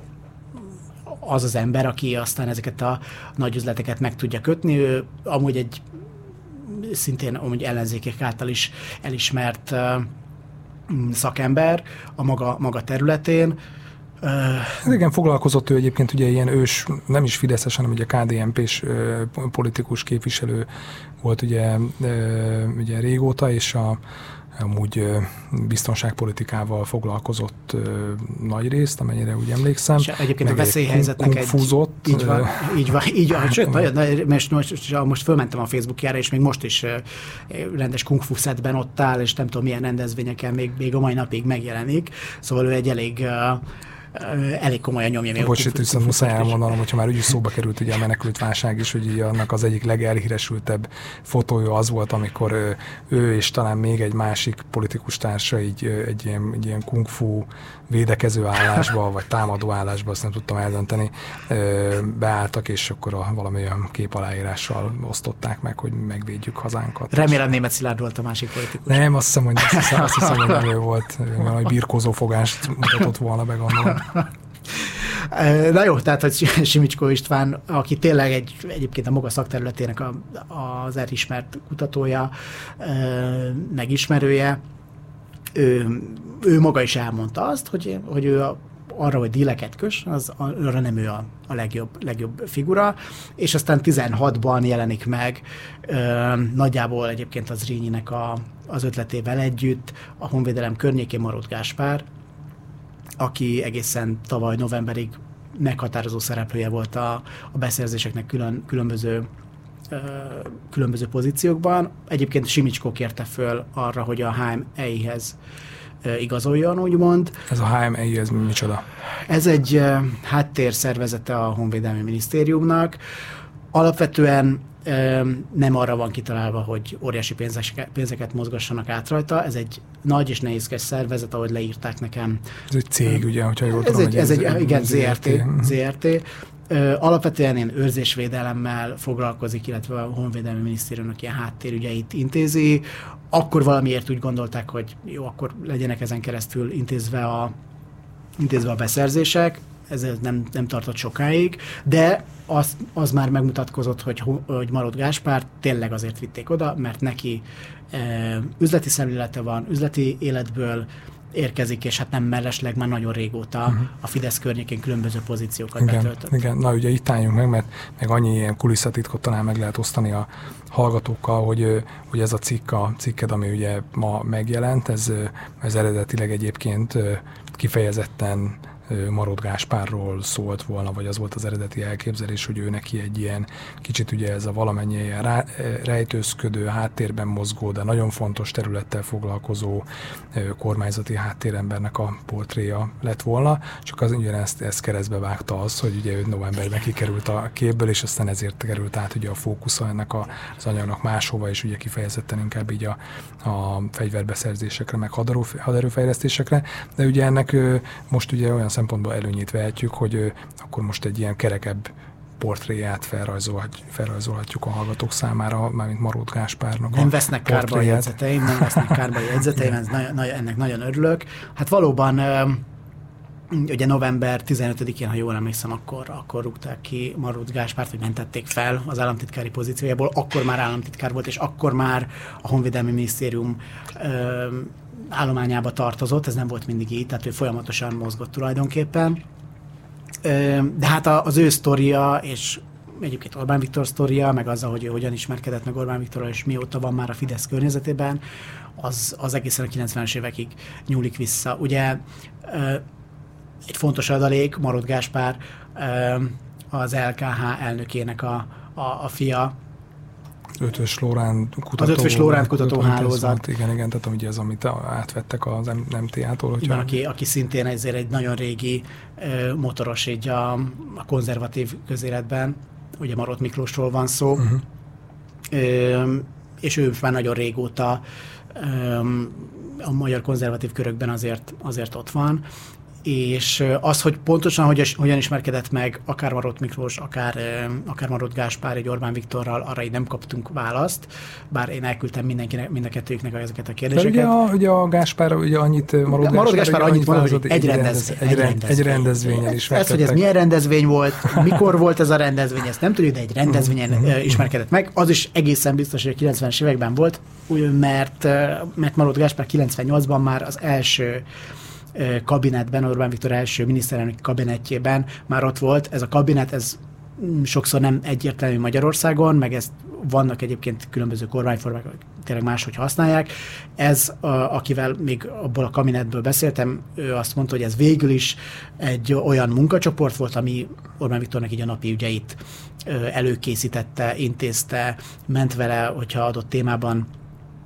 az az ember, aki aztán ezeket a nagy üzleteket meg tudja kötni, ő amúgy egy szintén amúgy ellenzékek által is elismert uh, szakember a maga, maga területén. Uh, igen, foglalkozott ő egyébként ugye ilyen ős, nem is fideszes, hanem ugye ká dé en pés uh, politikus képviselő volt ugye, uh, ugye régóta, és a, amúgy uh, biztonságpolitikával foglalkozott uh, nagy részt, amennyire úgy emlékszem. És egyébként meg a veszélyhelyzetnek egy... Kungfuzott. Így van, így van, így van. Sőt, nagyon, most, most, most fölmentem a Facebookjára, és még most is uh, rendes kungfu szetben ott áll, és nem tudom milyen rendezvényeken még, még a mai napig megjelenik. Szóval ő egy elég... Uh, elég komolyan nyomja még. Bocs, itt viszont muszáj elmondanom, hogyha már úgy is szóba került ugye a menekült válság is, hogy annak az egyik legelhíresültebb fotója az volt, amikor ő, ő és talán még egy másik politikus társa így egy ilyen, egy ilyen kung fu védekező állásba, vagy támadó állásba, azt nem tudtam eldönteni, beálltak, és akkor a valamilyen képaláírással osztották meg, hogy megvédjük hazánkat. Remélem Németh Szilárd volt a másik politikus. Nem, azt hiszem, hogy, azt hiszem, azt hiszem, hogy nem ő volt, hogy birkózó fogást mutatott volna be, gondolom. Na jó, tehát, hogy Simicskó István, aki tényleg egy, egyébként a maga szakterületének a, az elismert kutatója, megismerője, ő, ő maga is elmondta azt, hogy, hogy ő a, arra, hogy díleket kös, az, arra nem ő a, a legjobb, legjobb figura, és aztán tizenhatban jelenik meg ö, nagyjából egyébként az Zrínyinek a, az ötletével együtt a honvédelem környékén Marót Gáspár, aki egészen tavaly novemberig meghatározó szereplője volt a, a beszerzéseknek külön, különböző, ö, különböző pozíciókban. Egyébként Simicskó kérte föl arra, hogy a há em e i-hez igazoljon, úgymond. Ez a há em e i, ez micsoda? Ez egy uh, háttérszervezete a Honvédelmi Minisztériumnak. Alapvetően uh, nem arra van kitalálva, hogy óriási pénzeket, pénzeket mozgassanak át rajta. Ez egy nagy és nehézkes szervezet, ahogy leírták nekem. Ez egy cég, ugye, hogyha jól ez tudom. Egy, ez egy, egy, igen, zé er té. zé er té. Uh, alapvetően én őrzésvédelemmel foglalkozik, illetve a Honvédelmi Minisztériumnak ilyen háttérügyeit intézi. Akkor valamiért úgy gondolták, hogy jó, akkor legyenek ezen keresztül intézve a, intézve a beszerzések. Ez nem, nem tartott sokáig, de az, az már megmutatkozott, hogy, hogy Marót Gáspár tényleg azért vitték oda, mert neki e, üzleti szemlélete van, üzleti életből érkezik, és hát nem mellesleg már nagyon régóta uh-huh. a Fidesz környékén különböző pozíciókat igen, betöltött. Igen, na ugye itt álljunk meg, mert meg annyi ilyen kulisszatitkot talán meg lehet osztani a hallgatókkal, hogy, hogy ez a cikk, a cikked, ami ugye ma megjelent, ez, ez eredetileg egyébként kifejezetten Marót Gáspárról szólt volna, vagy az volt az eredeti elképzelés, hogy ő neki egy ilyen kicsit ugye ez a valamennyi ilyen rá, rejtőzködő, háttérben mozgó, de nagyon fontos területtel foglalkozó kormányzati háttérembernek a portréja lett volna, csak az ugye ezt, ezt keresztbe vágta az, hogy ugye ő novemberben kikerült a képből, és aztán ezért került át ugye a fókusza ennek a, az anyagnak máshova, és ugye kifejezetten inkább így a, a fegyverbeszerzésekre, meg haderő, haderőfejlesztésekre, de ugye ennek most ugye olyan szempontból előnyét vehetjük, hogy akkor most egy ilyen kerekebb portréját felrajzolhat, felrajzolhatjuk a hallgatók számára, mármint Marót Gáspárnak Nem vesznek kárba a jegyzeteim, nem vesznek kárba a jegyzeteim, ez nagyon, nagyon, ennek nagyon örülök. Hát valóban ugye november tizenötödikén, ha jól emlékszem, akkor, akkor rúgták ki Marót Gáspárt, vagy mentették fel az államtitkári pozíciójából, akkor már államtitkár volt, és akkor már a Honvédelmi Minisztérium állományába tartozott, ez nem volt mindig így, tehát ő folyamatosan mozgott tulajdonképpen. De hát az ő sztoria, és egyébként Orbán Viktor sztoria, meg azzal, hogy ő hogyan ismerkedett meg Orbán Viktorral, és mióta van már a Fidesz környezetében, az, az egészen a kilencvenes évekig nyúlik vissza. Ugye egy fontos adalék, Marót Gáspár az el ká há elnökének a, a, a fia, Ötvös Lóránt kutató. Az Ötvös Lóránt kutatóhálózat. Igen, igen, tehát ugye az, amit átvettek az em té á-tól. Hogyha... Igen, aki, aki szintén ezért egy nagyon régi ö, motoros így a, a konzervatív közéletben, ugye Marót Miklósról van szó, uh-huh. ö, és ő már nagyon régóta ö, a magyar konzervatív körökben azért, azért ott van, és az, hogy pontosan hogyan, hogyan ismerkedett meg akár Marót Miklós, akár, akár Marót Gáspár egy Orbán Viktorral, arra így nem kaptunk választ, bár én elküldtem mindenkinek, mind a kettőjüknek ezeket a kérdéseket. De ugye a, ugye a Gáspár, ugye annyit Marót Gáspár, Marót Gáspár annyit mondott, hogy egy, rendez, egy, rendez, egy, rendezvény. egy rendezvényen is ez, hogy ez milyen rendezvény volt, mikor volt ez a rendezvény, ezt nem tudjuk, de egy rendezvényen uh, ismerkedett meg. Az is egészen biztos, hogy a kilencvenes években volt, mert, mert Marót Gáspár kilencvennyolcban már az első kabinetben, Orbán Viktor első miniszterelnök kabinetjében már ott volt. Ez a kabinet, ez sokszor nem egyértelmű Magyarországon, meg ezt vannak egyébként különböző kormányformák, tényleg máshogy használják. Ez, a, akivel még abból a kabinetből beszéltem, ő azt mondta, hogy ez végül is egy olyan munkacsoport volt, ami Orbán Viktornak így a napi ügyeit előkészítette, intézte, ment vele, hogyha adott témában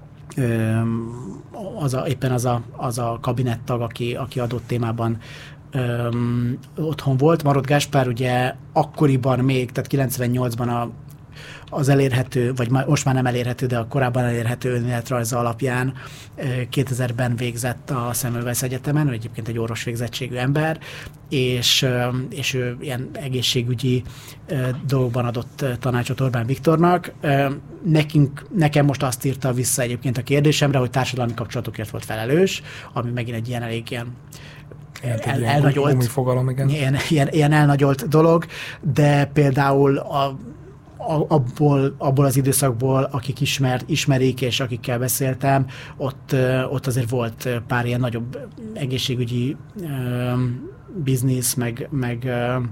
az a, éppen az a, az a kabinettag, aki, aki adott témában öm, otthon volt. Marót Gáspár ugye akkoriban még, tehát kilencvennyolcban a az elérhető, vagy most már nem elérhető, de a korábban elérhető önéletrajza alapján kétezerben végzett a Semmelweis Egyetemen, ő egyébként egy orvos végzettségű ember, és, és ő ilyen egészségügyi dolgokban adott tanácsot Orbán Viktornak. Nekünk, nekem most azt írta vissza egyébként a kérdésemre, hogy társadalmi kapcsolatokért volt felelős, ami megint egy ilyen elég ilyen el, elnagyolt, fogalom, igen. Ilyen, ilyen, ilyen elnagyolt dolog, de például a abból, abból az időszakból, akik ismer, ismerik, és akikkel beszéltem, ott, ott azért volt pár ilyen nagyobb egészségügyi uh, biznisz, meg, meg, uh,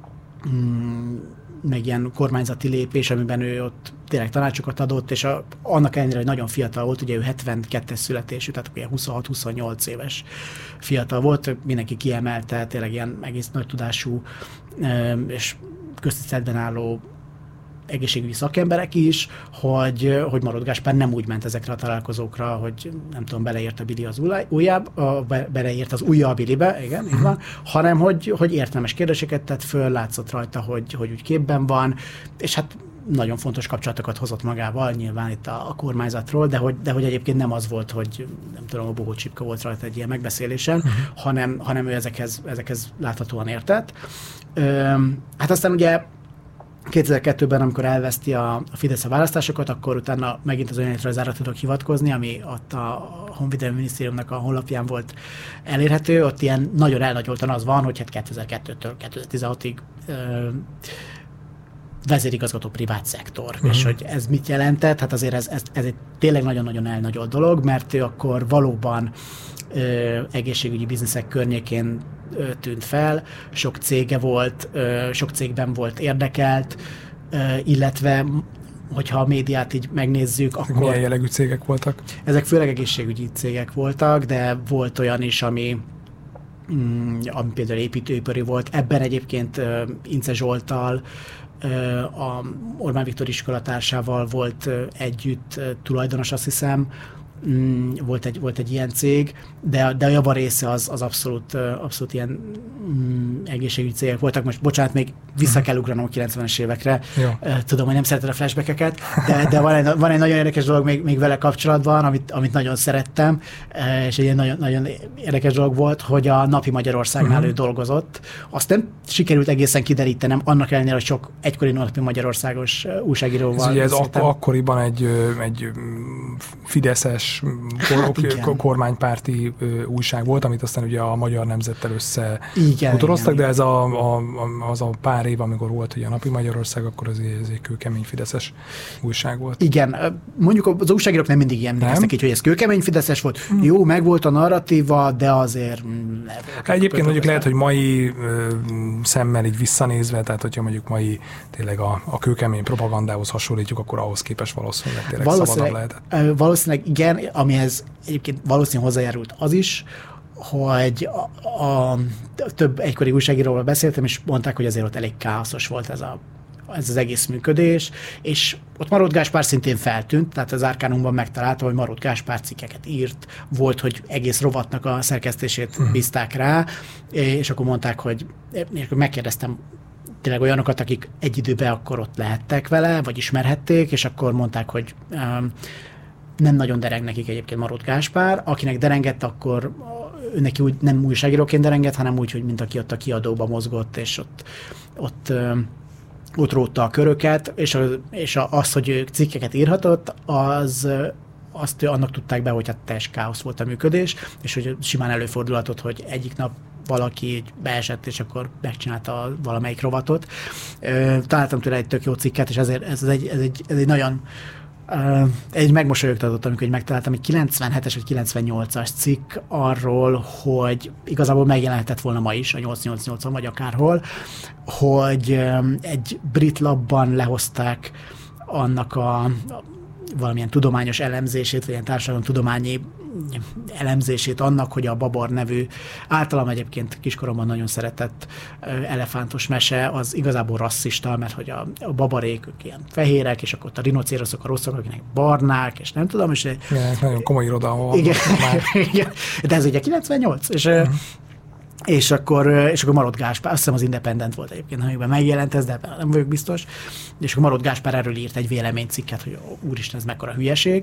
meg ilyen kormányzati lépés, amiben ő ott tényleg tanácsokat adott, és a, annak ellenére, hogy nagyon fiatal volt, ugye ő hetvenkettes születésű, tehát ugye huszonhat-huszonnyolc éves fiatal volt, mindenki kiemelte, tényleg ilyen egész nagy tudású uh, és köztiszteletben álló egészségügyi szakemberek is, hogy, hogy Marót Gáspár nem úgy ment ezekre a találkozókra, hogy nem tudom, beleért a Bili az ujjáb, a, be, beleért az ujja a Bilibe, igen, így van, hanem hogy, hogy értelmes kérdéseket tett föl, látszott rajta, hogy, hogy úgy képben van, és hát nagyon fontos kapcsolatokat hozott magával, nyilván itt a, a kormányzatról, de hogy, de hogy egyébként nem az volt, hogy nem tudom, a Bohó Csipka volt rajta egy ilyen megbeszélésen, uh-huh. hanem, hanem ő ezekhez, ezekhez láthatóan értett. Ö, hát aztán ugye kétezer-kettőben, amikor elveszti a, a Fidesz a választásokat, akkor utána megint az önéletrajzára tudok hivatkozni, ami ott a Honvédelmi Minisztériumnak a honlapján volt elérhető. Ott ilyen nagyon elnagyoltan az van, hogy hát kétezer-kettőtől kétezer-tizenhatig ö, vezérigazgató privát szektor. Uh-huh. És hogy ez mit jelentett? Hát azért ez, ez, ez egy tényleg nagyon-nagyon elnagyolt dolog, mert ő akkor valóban ö, egészségügyi bizniszek környékén ö, tűnt fel, sok cége volt, ö, sok cégben volt érdekelt, ö, illetve hogyha a médiát így megnézzük, akkor... Milyen jellegű cégek voltak? Ezek főleg egészségügyi cégek voltak, de volt olyan is, ami mm, ami például építőipari volt. Ebben egyébként uh, Ince Zsolttal, uh, a Orbán Viktor iskolatársával volt uh, együtt uh, tulajdonos, azt hiszem, Mm, volt, egy, volt egy ilyen cég, de, de a java része az, az abszolút, abszolút ilyen mm, egészségügyi cégek voltak. Most bocsánat, még vissza kell ugranom a kilencvenes évekre. Jó. Tudom, hogy nem szereted a flashbackeket, de, de van, egy, van egy nagyon érdekes dolog még, még vele kapcsolatban, amit, amit nagyon szerettem, és egy ilyen nagyon, nagyon érdekes dolog volt, hogy a Napi Magyarországnál uh-huh. ő dolgozott. Azt nem sikerült egészen kiderítenem, annak ellenére, hogy sok egykori Napi Magyarországos újságíróval. Ez ugye ez ak- akkoriban egy, egy fideszes Kor, kormánypárti ö, újság volt, amit aztán ugye a Magyar Nemzettel összefutoroztak, de ez a, a, az a pár év, amikor volt ugye a Napi Magyarország, akkor az ez egy kőkemény fideszes újság volt. Igen, mondjuk az újságírók nem mindig ilyen emlékeztek így, hogy ez kőkemény fideszes volt. Hmm. Jó, megvolt a narratíva, de azért... Egyébként mondjuk lehet, hogy mai ö, szemmel így visszanézve, tehát hogyha mondjuk mai tényleg a, a kőkemény propagandához hasonlítjuk, akkor ahhoz képest valószínűleg tényleg szabadabb lehetett. Valószínűleg igen, amihez egyébként valószínűleg hozzájárult az is, hogy a, a több egykori újságíróval beszéltem, és mondták, hogy azért ott elég káoszos volt ez, a, ez az egész működés, és ott Marót Gáspár szintén feltűnt, tehát az Arkánumban megtalálta, hogy Marót Gáspár cikkeket írt, volt, hogy egész rovatnak a szerkesztését bízták rá, és akkor mondták, hogy megkérdeztem tényleg olyanokat, akik egy időben akkor ott lehettek vele, vagy ismerhették, és akkor mondták, hogy um, nem nagyon dereng nekik egyébként Marót Gáspár, akinek derengett, akkor ő neki úgy nem újságíróként derengett, hanem úgy, hogy mint aki ott a kiadóba mozgott, és ott, ott, ott rótta a köröket, és, az, és az, hogy ő cikkeket írhatott, az, azt annak tudták be, hogy hát teljes káosz volt a működés, és hogy simán előfordulhatott, hogy egyik nap valaki beesett, és akkor megcsinálta valamelyik rovatot. Találtam tőle egy tök jó cikket, és ezért ez egy, ez egy, ez egy nagyon Uh, egy megmosolyogtatott, amikor egy megtaláltam egy kilencvenhetes vagy kilencvennyolcas cikk arról, hogy igazából megjelenhetett volna ma is, a nyolc nyolc nyolcon vagy akárhol, hogy um, egy brit labban lehozták annak a, a valamilyen tudományos elemzését, vagy ilyen társadalomtudományi elemzését annak, hogy a Babor nevű, általam egyébként kiskoromban nagyon szeretett elefántos mese, az igazából rasszista, mert hogy a, a babarék ők ilyen fehérek, és akkor a rinocéroszok a rosszok, akinek barnák, és nem tudom, és... Igen, nagyon komoly irodalma van. Igen, igen, de ez ugye kilencvennyolc, és uh-huh. És akkor, és akkor Marott Gáspár, azt hiszem az Independent volt egyébként, amikben megjelent ez, de nem vagyok biztos, és akkor Marott Gáspár erről írt egy véleménycikket, hogy úristen, ez mekkora hülyeség,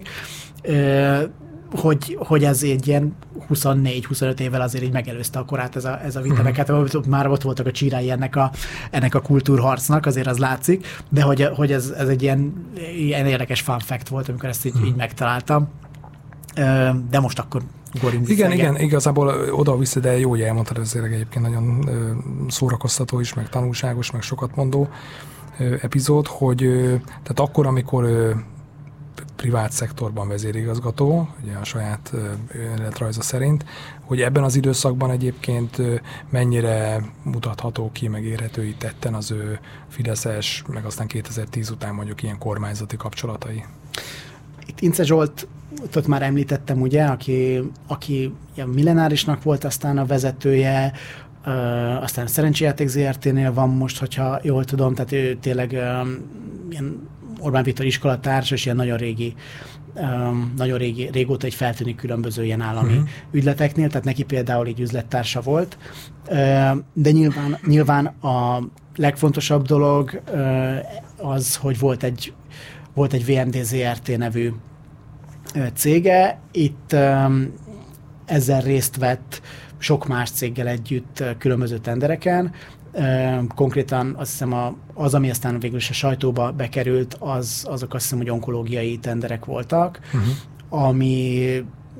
hogy, hogy ez egy ilyen huszonnégy-huszonöt évvel azért így megelőzte a korát ez a, ez a vita, mm. hát már ott voltak a csírái ennek a, ennek a kultúrharcnak, azért az látszik, de hogy, hogy ez, ez egy ilyen, ilyen érdekes fun fact volt, amikor ezt így, mm. így megtaláltam. De most akkor ugorjunk Igen, vissza, igen, igazából oda-vissza, de jó, hogy elmondtad, ezért egyébként nagyon szórakoztató is, meg tanulságos, meg sokat mondó epizód, hogy tehát akkor, amikor privát szektorban vezérigazgató, ugye a saját önéletrajza szerint, hogy ebben az időszakban egyébként mennyire mutatható ki, meg érhető tetten az ő fideszes, meg aztán kétezer-tíz után mondjuk ilyen kormányzati kapcsolatai. Itt Ince Zsoltot már említettem, ugye, aki, aki ja, Millenárisnak volt aztán a vezetője, uh, aztán a Szerencséjáték zé er té-nél van most, hogyha jól tudom, tehát ő tényleg um, ilyen Orbán Viktor iskolatárs, és ilyen nagyon régi, um, nagyon régi, régóta egy feltűnik különböző ilyen állami uh-huh. ügyleteknél, tehát neki például így üzlettársa volt. Uh, de nyilván, nyilván a legfontosabb dolog uh, az, hogy volt egy volt egy vé em dé zé er té nevű cége, itt um, ezzel részt vett sok más céggel együtt különböző tendereken. Um, konkrétan azt hiszem a, az, ami aztán végül is a sajtóba bekerült, az, azok azt hiszem, hogy onkológiai tenderek voltak, uh-huh. ami,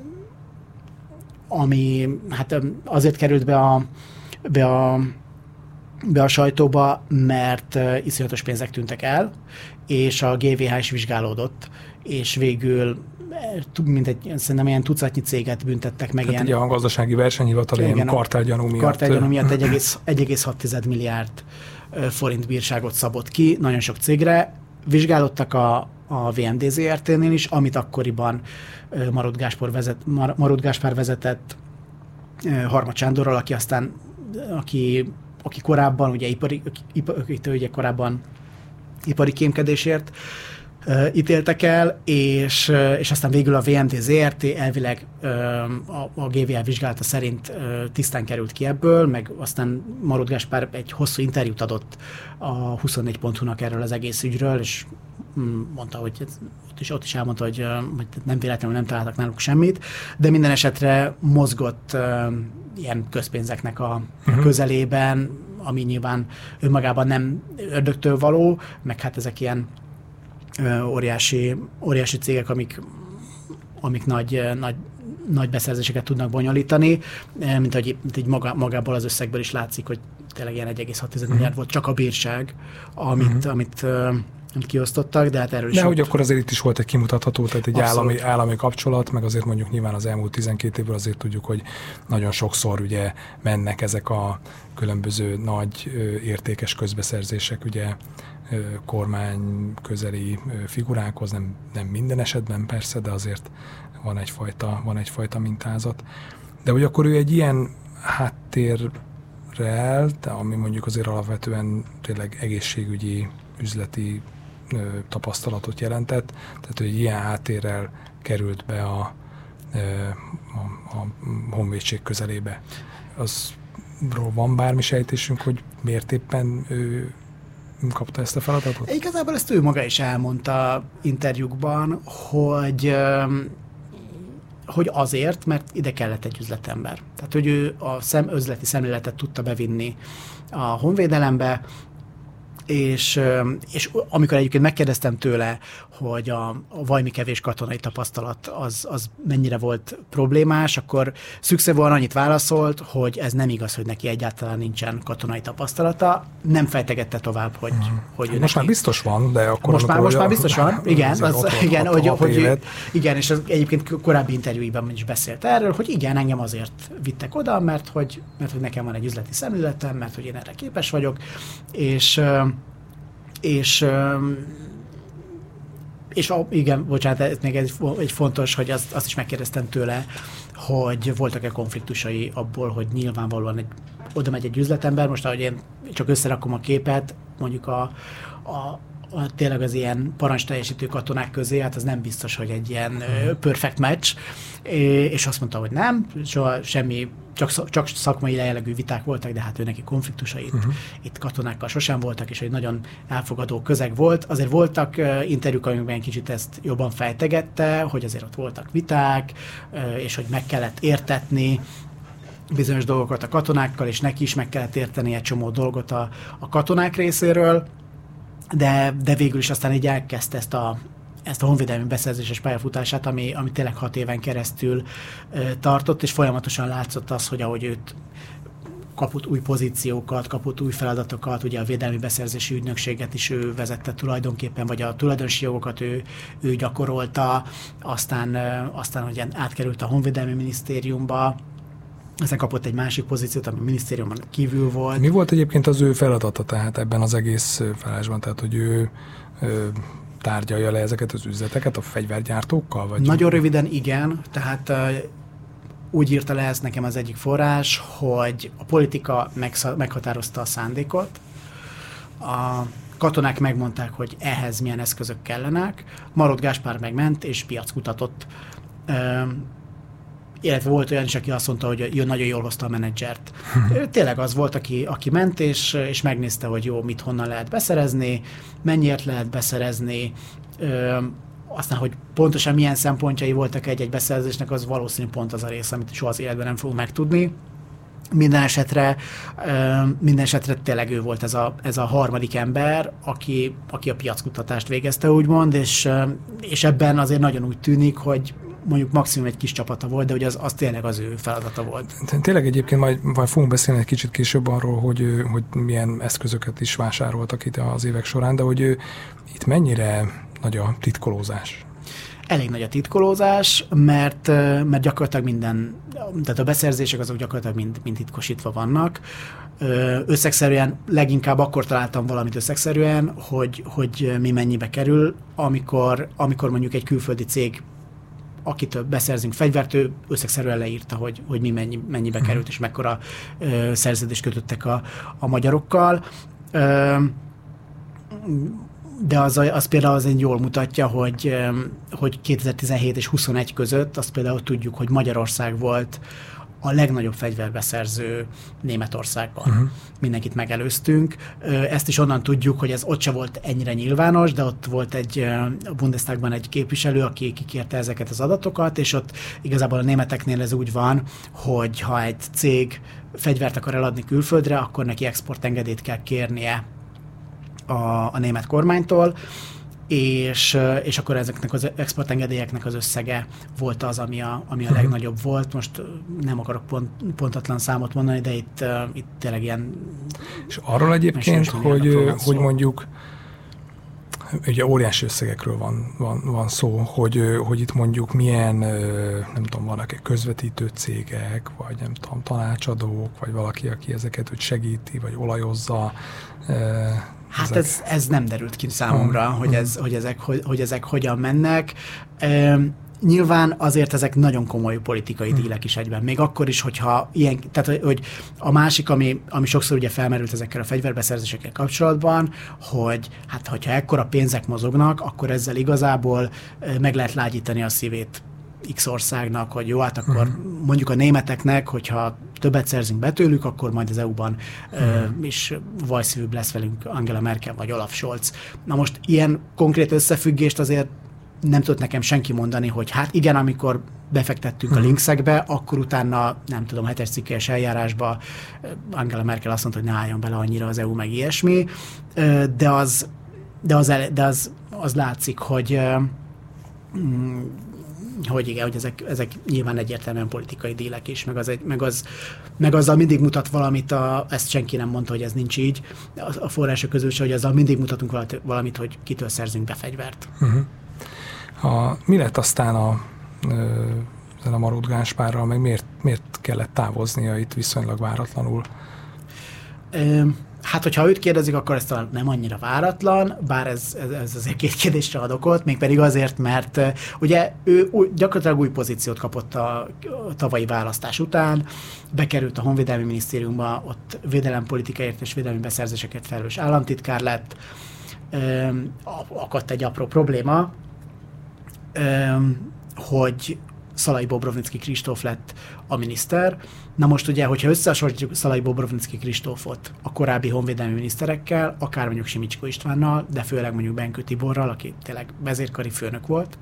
ami hát azért került be a, be a be a sajtóba, mert uh, iszonyatos pénzek tűntek el, és a gé vé há is vizsgálódott, és végül mindegy, szerintem ilyen tucatnyi céget büntettek meg. Tehát ilyen, ugye a gazdasági versenyhivatal ilyen kartellgyanú miatt. Kartellgyanú miatt egy egész hat milliárd forint bírságot szabott ki, nagyon sok cégre. Vizsgálódtak a, a vé em dé zé er té-nél is, amit akkoriban Marott Gáspár, vezet, Marott Gáspár vezetett Harmad Sándorral, aki aztán, aki aki korábban, ugye ipari, ipari, ugye korábban ipari kémkedésért uh, ítéltek el, és, uh, és aztán végül a vé em dé zé er té elvileg uh, a, a gé vé há vizsgálata szerint uh, tisztán került ki ebből, meg aztán Marott Gáspár egy hosszú interjút adott a huszonnégy pont hu-nak erről az egész ügyről, és mondta, hogy ott is, ott is elmondta, hogy, hogy nem véletlenül nem találtak náluk semmit, de minden esetre mozgott uh, ilyen közpénzeknek a uh-huh. közelében, ami nyilván önmagában nem ördögtől való, meg hát ezek ilyen uh, óriási, óriási cégek, amik, amik nagy, uh, nagy, nagy beszerzéseket tudnak bonyolítani, uh, mint ahogy mint így maga, magából az összegből is látszik, hogy tényleg ilyen egy egész hat uh-huh. milliárd volt csak a bírság, amit, uh-huh. amit uh, kiosztottak, de hát erről is... De hogy akkor azért itt is volt egy kimutatható, tehát egy állami, állami kapcsolat, meg azért mondjuk nyilván az elmúlt tizenkét évből azért tudjuk, hogy nagyon sokszor ugye mennek ezek a különböző nagy értékes közbeszerzések ugye kormány közeli figurákhoz, nem, nem minden esetben persze, de azért van egyfajta, van egyfajta mintázat. De hogy akkor ő egy ilyen háttérrel, de ami mondjuk azért alapvetően tényleg egészségügyi, üzleti ö, tapasztalatot jelentett, tehát hogy ilyen háttérrel került be a, ö, a, a honvédség közelébe. Azról van bármi sejtésünk, hogy miért éppen ő kapta ezt a feladatot? Igazából ezt ő maga is elmondta interjúkban, hogy ö, hogy azért, mert ide kellett egy üzletember. Tehát, hogy ő a szem, üzleti szemléletet tudta bevinni a honvédelembe, és, és amikor egyébként megkérdeztem tőle, hogy a, a vajmi kevés katonai tapasztalat az, az mennyire volt problémás, akkor szükszevően annyit válaszolt, hogy ez nem igaz, hogy neki egyáltalán nincsen katonai tapasztalata. Nem fejtegette tovább, hogy, hmm. hogy most neki... már biztos van, de akkor... Most már, most már biztos van, igen. Az, ott, igen, ott, hogy, hogy, igen, és az egyébként korábbi interjúiban is beszélt erről, hogy igen, engem azért vittek oda, mert hogy, mert hogy nekem van egy üzleti szemléletem, mert hogy én erre képes vagyok, és és és a, igen, bocsánat, ez még egy, egy fontos, hogy azt, azt is megkérdeztem tőle, hogy voltak-e konfliktusai abból, hogy nyilvánvalóan egy, oda megy egy üzletember, most ahogy én csak összerakom a képet, mondjuk a, a A, tényleg az ilyen parancsteljesítő katonák közé, hát az nem biztos, hogy egy ilyen uh, perfect match, és azt mondta, hogy nem, soha semmi csak, csak szakmai jellegű viták voltak, de hát ő neki konfliktusai uh-huh. itt katonákkal sosem voltak, és egy nagyon elfogadó közeg volt. Azért voltak uh, interjúk, amikben kicsit ezt jobban fejtegette, hogy azért ott voltak viták, uh, és hogy meg kellett értetni bizonyos dolgokat a katonákkal, és neki is meg kellett érteni egy csomó dolgot a, a katonák részéről, de, de végül is aztán így elkezdte ezt a ezt a honvédelmi beszerzéses pályafutását, ami, ami tényleg hat éven keresztül ö, tartott, és folyamatosan látszott az, hogy ahogy őt kapott új pozíciókat, kapott új feladatokat, ugye a védelmi beszerzési ügynökséget is ő vezette tulajdonképpen, vagy a tulajdonosi jogokat ő, ő gyakorolta, aztán, ö, aztán ugye átkerült a honvédelmi minisztériumba, aztán kapott egy másik pozíciót, ami a minisztériumban kívül volt. Mi volt egyébként az ő feladata tehát ebben az egész felállásban? Tehát, hogy ő ö, tárgyalja le ezeket az üzleteket a fegyvergyártókkal? Vagy Nagyon röviden igen, tehát uh, úgy írta le ezt nekem az egyik forrás, hogy a politika megsz- meghatározta a szándékot, a katonák megmondták, hogy ehhez milyen eszközök kellenek, Marót Gáspár megment és piackutatott. Uh, illetve volt olyan is, aki azt mondta, hogy jó, nagyon jól hozta a menedzsert. Ő tényleg az volt, aki, aki ment, és, és megnézte, hogy jó, mit honnan lehet beszerezni, mennyiért lehet beszerezni, ö, aztán, hogy pontosan milyen szempontjai voltak egy-egy beszerzésnek, az valószínű pont az a rész, amit soha az életben nem fogunk megtudni. Minden esetre, ö, minden esetre tényleg ő volt ez a, ez a harmadik ember, aki, aki a piackutatást végezte, úgymond, és, és ebben azért nagyon úgy tűnik, hogy mondjuk maximum egy kis csapata volt, de hogy az, az tényleg az ő feladata volt. Tényleg egyébként majd, majd fogunk beszélni egy kicsit később arról, hogy, hogy milyen eszközöket is vásároltak itt az évek során, de hogy itt mennyire nagy a titkolózás? Elég nagy a titkolózás, mert, mert gyakorlatilag minden, tehát a beszerzések azok gyakorlatilag mind, mind titkosítva vannak. Összegszerűen leginkább akkor találtam valamit összegszerűen, hogy, hogy mi mennyibe kerül, amikor, amikor mondjuk egy külföldi cég, akitől beszerzünk fegyvert, ő összegszerűen leírta, hogy, hogy mi mennyi, mennyibe uh-huh. került, és mekkora ö, szerződést kötöttek a, a magyarokkal. Ö, de az, az például azért jól mutatja, hogy, hogy kétezer-tizenhét és huszonegy között azt például tudjuk, hogy Magyarország volt a legnagyobb fegyverbeszerző Németországban. Uh-huh. Mindenkit megelőztünk. Ezt is onnan tudjuk, hogy ez ott se volt ennyire nyilvános, de ott volt egy a Bundestagban egy képviselő, aki kikérte ezeket az adatokat, és ott igazából a németeknél ez úgy van, hogy ha egy cég fegyvert akar eladni külföldre, akkor neki exportengedélyt kell kérnie a, a német kormánytól, és, és akkor ezeknek az exportengedélyeknek az összege volt az, ami a, ami a legnagyobb volt. Most nem akarok pont, pontatlan számot mondani, de itt, itt tényleg ilyen... És arról egyébként, hogy, hogy mondjuk ugye óriási összegekről van, van, van szó, hogy, hogy itt mondjuk milyen, nem tudom, valaki közvetítő cégek, vagy nem tudom, tanácsadók, vagy valaki, aki ezeket hogy segíti, vagy olajozza. Hát ezek... ez, ez nem derült ki számomra, hmm. hogy, ez, hogy, ezek, hogy, hogy ezek hogyan mennek. E, nyilván azért ezek nagyon komoly politikai hmm. dílek is egyben. Még akkor is, hogyha ilyen, tehát hogy a másik, ami, ami sokszor ugye felmerült ezekkel a fegyverbeszerzésekkel kapcsolatban, hogy hát hogyha ekkora pénzek mozognak, akkor ezzel igazából meg lehet lágyítani a szívét X országnak, hogy jó, hát akkor uh-huh. mondjuk a németeknek, hogyha többet szerzünk be tőlük, akkor majd az é u-ban uh-huh. uh, is vajszívűbb lesz velünk Angela Merkel vagy Olaf Scholz. Na most ilyen konkrét összefüggést azért nem tudott nekem senki mondani, hogy hát igen, amikor befektettünk uh-huh. a linkszekbe, akkor utána, nem tudom, hetes cikkelyes eljárásba Angela Merkel azt mondta, hogy ne álljon bele annyira az é u, meg ilyesmi, uh, de az, de az, de az, az látszik, hogy uh, hogy igen, hogy ezek, ezek nyilván egyértelműen politikai dílek is, meg, az egy, meg, az, meg azzal mindig mutat valamit, a, ezt senki nem mondta, hogy ez nincs így, a, a források közül se, hogy azzal mindig mutatunk valamit, valamit hogy kitől szerzünk be fegyvert. Uh-huh. A, mi lett aztán a, a Marót Gáspárral, meg miért, miért kellett távoznia itt viszonylag váratlanul? Ö, Hát, hogyha őt kérdezik, akkor ez talán nem annyira váratlan, bár ez, ez, ez azért két kérdésre ad okot, mégpedig azért, mert uh, ugye ő új, gyakorlatilag új pozíciót kapott a, a tavalyi választás után, bekerült a Honvédelmi Minisztériumba, ott védelempolitikáért és védelmi beszerzéseket felelős államtitkár lett, um, akadt egy apró probléma, um, hogy Szalai Bobrovnicki Kristóf lett a miniszter. Na most ugye, hogyha összehasonlítjuk Szalai Bobrovnicki Kristófot a korábbi honvédelmi miniszterekkel, akár mondjuk Simicskó Istvánnal, de főleg mondjuk Benkő Tiborral, aki tényleg vezérkari főnök volt,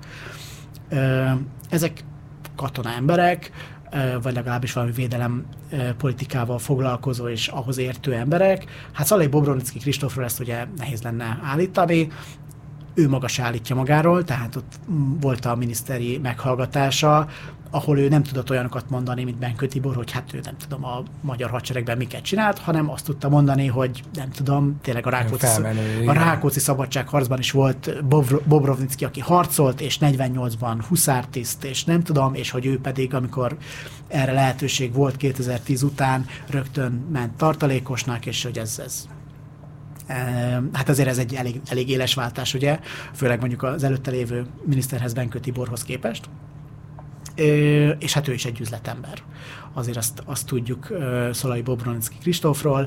ezek katona emberek, vagy legalábbis valami védelem politikával foglalkozó és ahhoz értő emberek. Hát Szalai Bobrovnicki Kristófról ezt ugye nehéz lenne állítani, ő maga se állítja magáról, tehát ott volt a miniszteri meghallgatása, ahol ő nem tudott olyanokat mondani, mint Benkő Tibor, hogy hát ő nem tudom a magyar hadseregben miket csinált, hanem azt tudta mondani, hogy nem tudom, tényleg a Rákóczi, a Rákóczi szabadságharcban is volt Bobrovnicki, aki harcolt, és negyvennyolcban huszártiszt, és nem tudom, és hogy ő pedig, amikor erre lehetőség volt kétezer-tíz után, rögtön ment tartalékosnak, és hogy ez, ez hát azért ez egy elég, elég éles váltás, ugye, főleg mondjuk az előtte lévő miniszterhez, Benkő Tiborhoz képest. És hát ő is egy üzletember. Azért azt, azt tudjuk Szalai Bobrovnicki Kristófról.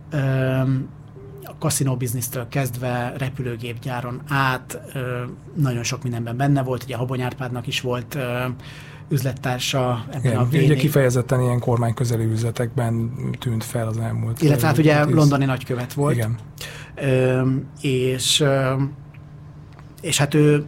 A kaszinó biznisztől kezdve repülőgépgyáron át nagyon sok mindenben benne volt. Ugye Habony Árpádnak is volt üzlettársa ebben igen, a vé négy. Kifejezetten ilyen kormányközeli üzletekben tűnt fel az elmúlt. Illetve hát ugye tíz. Londoni nagykövet volt. Igen. Ö, és, és hát ő,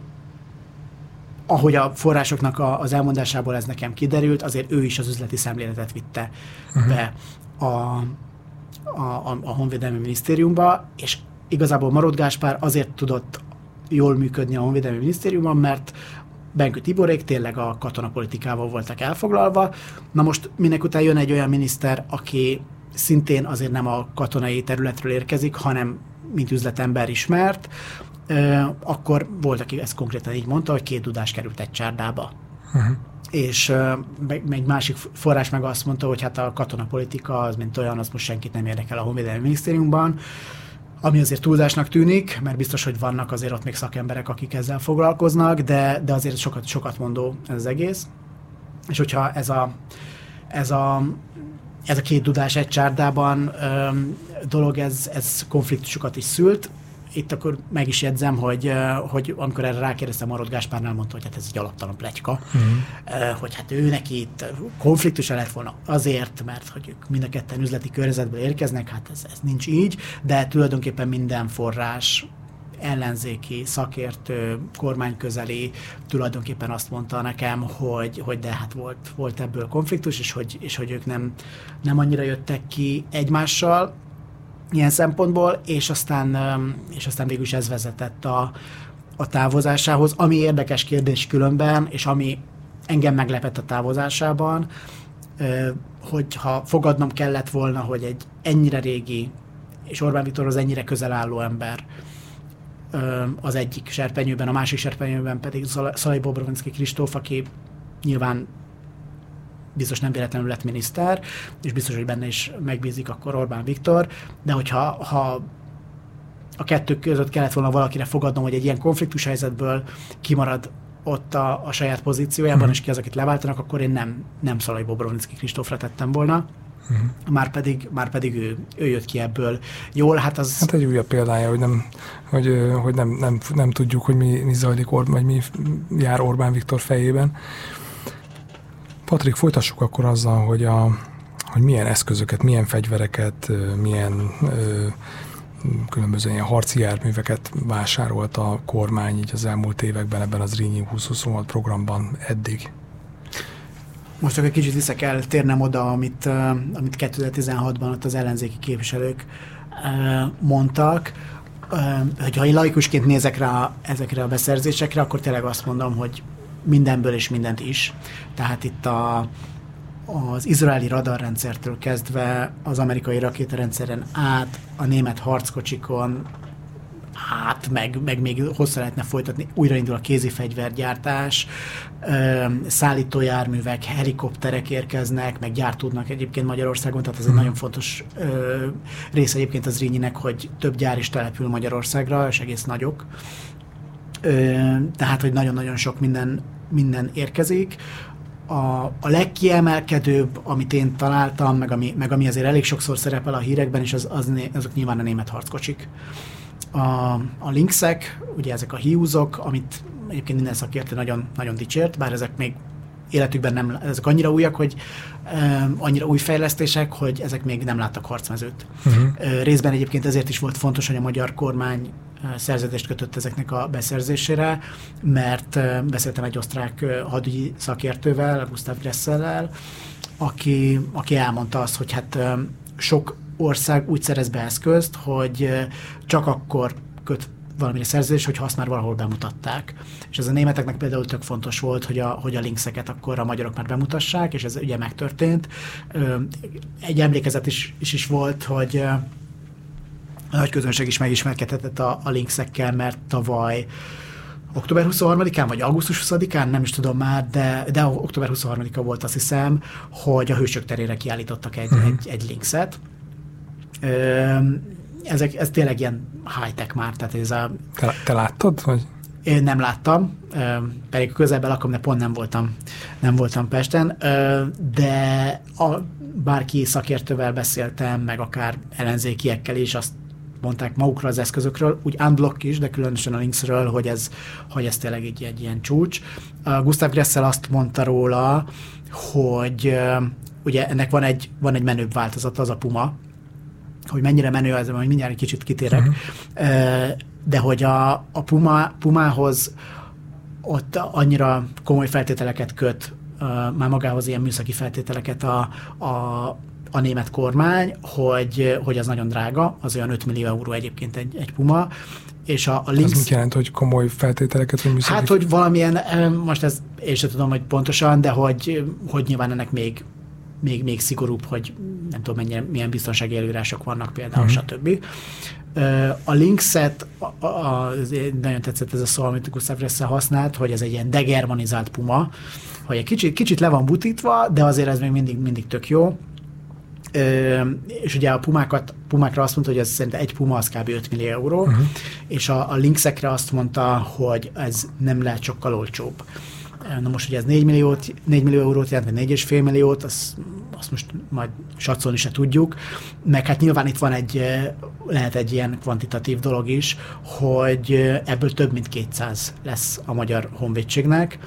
ahogy a forrásoknak a, az elmondásából ez nekem kiderült, azért ő is az üzleti szemléletet vitte uh-huh. be a, a, a, a Honvédelmi Minisztériumba, és igazából Marott Gáspár azért tudott jól működni a Honvédelmi Minisztériumban, mert Benkő Tiborék tényleg a katonapolitikával voltak elfoglalva. Na most minek után jön egy olyan miniszter, aki szintén azért nem a katonai területről érkezik, hanem mint üzletember ismert, akkor volt, aki ezt konkrétan így mondta, hogy két dudás került egy csárdába. Uh-huh. És egy másik forrás meg azt mondta, hogy hát a katonapolitika az, mint olyan, az most senkit nem érdekel a Honvédelmi Minisztériumban, ami azért túlzásnak tűnik, mert biztos, hogy vannak azért ott még szakemberek, akik ezzel foglalkoznak, de, de azért sokat, sokat mondó ez az egész. És hogyha ez a, ez a, ez a két dudás egy csárdában öm, dolog, ez, ez konfliktusokat is szült. Itt akkor meg is jegyzem, hogy, hogy amikor erre rákérdeztem, Marott Gáspárnál mondta, hogy hát ez egy alaptalan pletyka, mm. hogy hát ő neki itt konfliktusa lett volna azért, mert hogy ők mind a ketten üzleti környezetből érkeznek, hát ez, ez nincs így, de tulajdonképpen minden forrás, ellenzéki, szakértő, kormányközeli tulajdonképpen azt mondta nekem, hogy, hogy de hát volt, volt ebből konfliktus, és hogy, és hogy ők nem, nem annyira jöttek ki egymással, ilyen szempontból, és aztán, és aztán végül is ez vezetett a, a távozásához. Ami érdekes kérdés különben, és ami engem meglepett a távozásában, hogyha fogadnom kellett volna, hogy egy ennyire régi, és Orbán Viktorhoz ennyire közel álló ember az egyik serpenyőben, a másik serpenyőben pedig Szalai Bobrovnicki Kristóf, aki nyilván biztos nem véletlenül lett miniszter, és biztos, hogy benne is megbízik akkor Orbán Viktor, de hogyha ha a kettő között kellett volna valakire fogadnom, hogy egy ilyen konfliktus helyzetből kimarad ott a, a saját pozíciójában, uh-huh. és ki az, akit leváltanak, akkor én nem, nem Szalai Bobrovnicki Kristófra tettem volna. Uh-huh. Már pedig, már pedig ő, ő jött ki ebből jól. Hát, az... hát egy újabb példája, hogy nem, hogy, hogy nem, nem, nem tudjuk, hogy mi, mi zajlik, vagy mi jár Orbán Viktor fejében. Patrik, folytassuk akkor azzal, hogy, a, hogy milyen eszközöket, milyen fegyvereket, milyen ö, különböző ilyen harci járműveket vásárolt a kormány így az elmúlt években ebben az Zrínyi húsz-huszonhat programban eddig. Most akkor kicsit vissza kell térnem oda, amit, amit kétezer-tizenhatban ott az ellenzéki képviselők mondtak. Ha én laikusként nézek rá ezekre a beszerzésekre, akkor tényleg azt mondom, hogy mindenből és mindent is. Tehát itt a, az izraeli radarrendszertől kezdve az amerikai rakétarendszeren át, a német harckocsikon át, meg, meg még hosszá lehetne folytatni, újraindul a kézifegyvergyártás, szállítójárművek, helikopterek érkeznek, meg gyártódnak egyébként Magyarországon, tehát ez egy nagyon fontos ö, része egyébként az Zrínyinek, hogy több gyár is települ Magyarországra, és egész nagyok. Ö, tehát, hogy nagyon-nagyon sok minden, minden érkezik. A, a legkiemelkedőbb, amit én találtam, meg ami, meg ami azért elég sokszor szerepel a hírekben, és az, az, azok nyilván a német harckocsik. A, a Lynxek, ugye ezek a hiúzok, amit egyébként minden szakértő nagyon, nagyon dicsért, bár ezek még életükben nem, ezek annyira újak, hogy um, annyira új fejlesztések, hogy ezek még nem láttak harcmezőt. Uh-huh. Uh, részben egyébként ezért is volt fontos, hogy a magyar kormány uh, szerződést kötött ezeknek a beszerzésére, mert uh, beszéltem egy osztrák uh, hadügyi szakértővel, Gustav Gressellel, aki, aki elmondta azt, hogy hát uh, sok ország úgy szerez be eszközt, hogy uh, csak akkor köt valamire szerződés, hogyha azt már valahol bemutatták. És ez a németeknek például tök fontos volt, hogy a, hogy a Lynxeket akkor a magyarok már bemutassák, és ez ugye megtörtént. Egy emlékezet is, is, is volt, hogy a nagy közönség is megismerkedhetett a, a Lynxekkel, mert tavaly október huszonharmadikán, vagy augusztus huszadikán, nem is tudom már, de, de október huszonharmadika volt, azt hiszem, hogy a Hősök terére kiállítottak egy, uh-huh. egy, egy Lynxet. Ezek, ez tényleg ilyen high-tech már, tehát ez a... Te, te láttad, vagy? Én nem láttam, pedig közelben lakom, de pont nem voltam, nem voltam Pesten, de a, bárki szakértővel beszéltem, meg akár ellenzékiekkel is, azt mondták magukról az eszközökről, úgy unblock is, de különösen a Lynxről, hogy ez, hogy ez tényleg egy, egy ilyen csúcs. Gustav Gressel azt mondta róla, hogy ugye ennek van egy, van egy menőbb változata, az a Puma, hogy mennyire menő ez, majd mindjárt egy kicsit kitérek, uh-huh. de hogy a, a Puma, Pumához ott annyira komoly feltételeket köt, már magához ilyen műszaki feltételeket a, a, a német kormány, hogy, hogy az nagyon drága, az olyan öt millió euró egyébként egy, egy Puma, és a, a Lynx... Ez mit jelent, hogy komoly feltételeket? Vagy műszaki... Hát, hogy valamilyen, most ez én sem tudom, hogy pontosan, de hogy, hogy nyilván ennek még Még, még szigorúbb, hogy nem tudom, mennyire, milyen biztonsági előírások vannak például, uh-huh. stb. A Lynxet, a, a, nagyon tetszett ez a szó, amit Gustav Gressel használt, hogy ez egy ilyen degermanizált Puma, hogy egy kicsit, kicsit le van butítva, de azért ez még mindig, mindig tök jó. És ugye a Pumákat, Pumákra azt mondta, hogy ez szerintem egy Puma az kb. öt millió euró, uh-huh. és a, a Lynxekre azt mondta, hogy ez nem lehet sokkal olcsóbb. Na most, hogy ez négy millió eurót jelent, vagy négy egész öt milliót, azt, azt most majd satszolni se tudjuk. Meg hát nyilván itt van egy, lehet egy ilyen kvantitatív dolog is, hogy ebből több mint kétszáz lesz a magyar honvédségnek,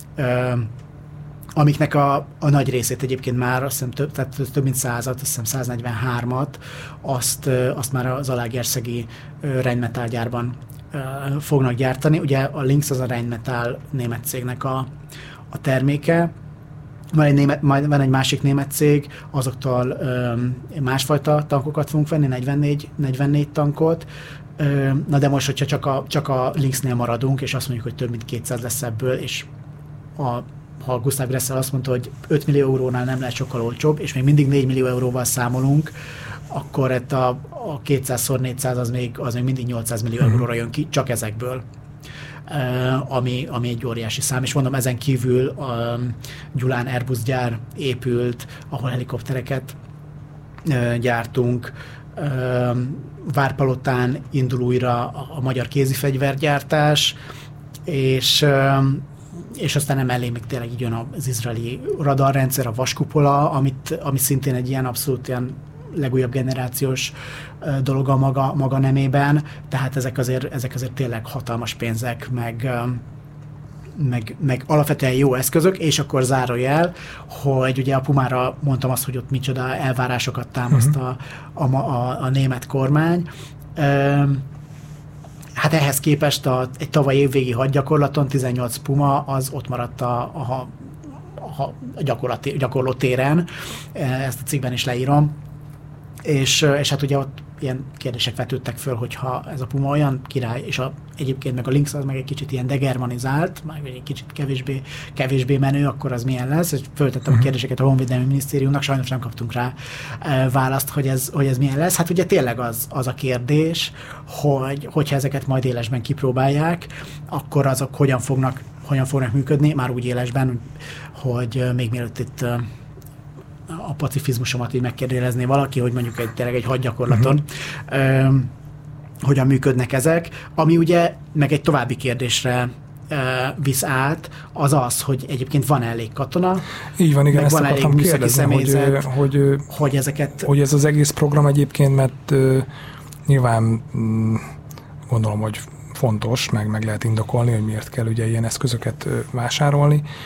amiknek a, a nagy részét egyébként már, azt hiszem több, tehát több mint százat, azt hiszem száznegyvenhármat, azt, azt már az alágerszegi Rheinmetall gyárban fognak gyártani. Ugye a Lynx az a Rheinmetall német cégnek a, a terméke. Van egy, német, van egy másik német cég, azoktól öm, másfajta tankokat fogunk venni, negyvennégy, negyvennégy tankot. Öm, na de most, hogyha csak a, csak a Lynxnél maradunk, és azt mondjuk, hogy több mint kétszáz lesz ebből, és a, ha Gustav Gressel azt mondta, hogy öt millió eurónál nem lehet sokkal olcsóbb, és még mindig négy millió euróval számolunk, akkor itt a, a kétszáz négyszáz az még, az még mindig nyolcszáz millió euróra jön ki, csak ezekből, uh, ami, ami egy óriási szám. És mondom, ezen kívül a Gyulán Airbus gyár épült, ahol helikoptereket uh, gyártunk, uh, Várpalotán indul újra a, a magyar kézifegyvergyártás, és uh, és aztán emellé még tényleg így jön az izraeli radarrendszer, a vaskupola, amit, ami szintén egy ilyen abszolút ilyen legújabb generációs dolog a maga, maga nemében, tehát ezek azért, ezek azért tényleg hatalmas pénzek, meg, meg, meg alapvetően jó eszközök, és akkor zárójel, hogy ugye a Pumára mondtam azt, hogy ott micsoda elvárásokat támaszt a, a, a, a német kormány. Hát ehhez képest a, egy tavaly évvégi hadgyakorlaton tizennyolc Puma az ott maradt a, a, a gyakorlati, gyakorló téren, ezt a cikkben is leírom, és, és hát ugye ott ilyen kérdések vetődtek föl, hogyha ez a Puma olyan király, és a, egyébként meg a Lynx az meg egy kicsit ilyen degermanizált, meg egy kicsit kevésbé, kevésbé menő, akkor az milyen lesz, és föltettem a kérdéseket a Honvédelmi Minisztériumnak, sajnos nem kaptunk rá e, választ, hogy ez, hogy ez milyen lesz. Hát ugye tényleg az, az a kérdés, hogy hogyha ezeket majd élesben kipróbálják, akkor azok hogyan fognak, hogyan fognak működni, már úgy élesben, hogy még mielőtt itt a pacifizmusomat így megkérdezné valaki, hogy mondjuk egy, tényleg egy hadgyakorlaton uh-huh. ö, hogyan működnek ezek. Ami ugye meg egy további kérdésre ö, visz át, az az, hogy egyébként van elég katona, így van, igen, meg van elég műszaki személyzet, hogy, hogy, hogy ezeket... Hogy ez az egész program egyébként, mert uh, nyilván mm, gondolom, hogy fontos, meg, meg lehet indokolni, hogy miért kell ugye ilyen eszközöket uh, vásárolni,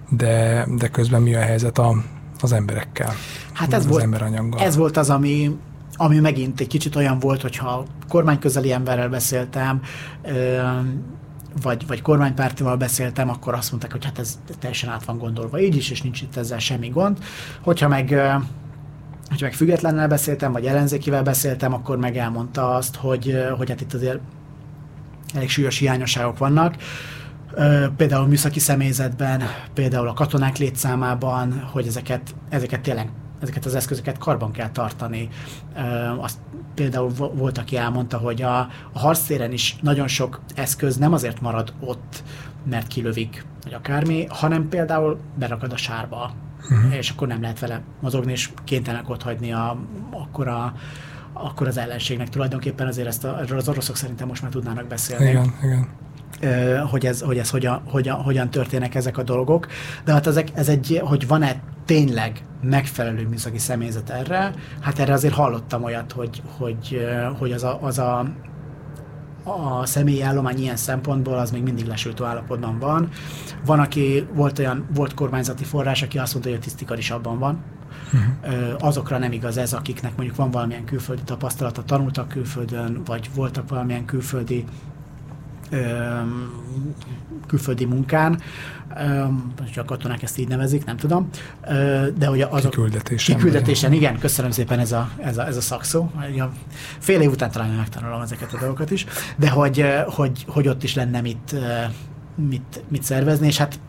de, de közben mi a helyzet a, az emberekkel, hát ez az volt, emberanyaggal. Ez volt az, ami, ami megint egy kicsit olyan volt, hogyha kormányközeli emberrel beszéltem, vagy, vagy kormánypártival beszéltem, akkor azt mondták, hogy hát ez teljesen át van gondolva így is, és nincs itt ezzel semmi gond. Hogyha meg, hogyha meg függetlennel beszéltem, vagy ellenzékivel beszéltem, akkor meg elmondta azt, hogy, hogy hát itt azért elég súlyos hiányosságok vannak. Például műszaki személyzetben, például a katonák létszámában, hogy ezeket, ezeket tényleg ezeket az eszközöket karban kell tartani. Azt például volt, aki elmondta, hogy a, a harctéren is nagyon sok eszköz nem azért marad ott, mert kilövik, vagy akármi, hanem például berakad a sárba, uh-huh. és akkor nem lehet vele mozogni, és kénytelenek ott hagyni a, akkor, a, akkor az ellenségnek. Tulajdonképpen azért ezt a, az oroszok szerintem most már tudnának beszélni. Igen, igen. Hogy ez, hogy ez hogyan, hogyan, hogyan történnek ezek a dolgok. De hát ezek, ez egy, hogy van-e tényleg megfelelő műszaki személyzet erre, hát erre azért hallottam olyat, hogy, hogy, hogy az, a, az a, a személyi állomány ilyen szempontból az még mindig lesültő állapotban van. Van, aki volt olyan, volt kormányzati forrás, aki azt mondta, hogy a tisztikar is abban van. Uh-huh. Azokra nem igaz ez, akiknek mondjuk van valamilyen külföldi tapasztalata, tanultak külföldön, vagy voltak valamilyen külföldi külföldi munkán, a katonák ezt így nevezik, nem tudom, de hogy azok... Kiküldetésen. Kiküldetésen, igen, köszönöm szépen ez a, ez a, ez a szakszó. Fél év után talán megtanulom ezeket a dolgokat is, de hogy, hogy, hogy ott is lenne mit, mit, mit szervezni, és hát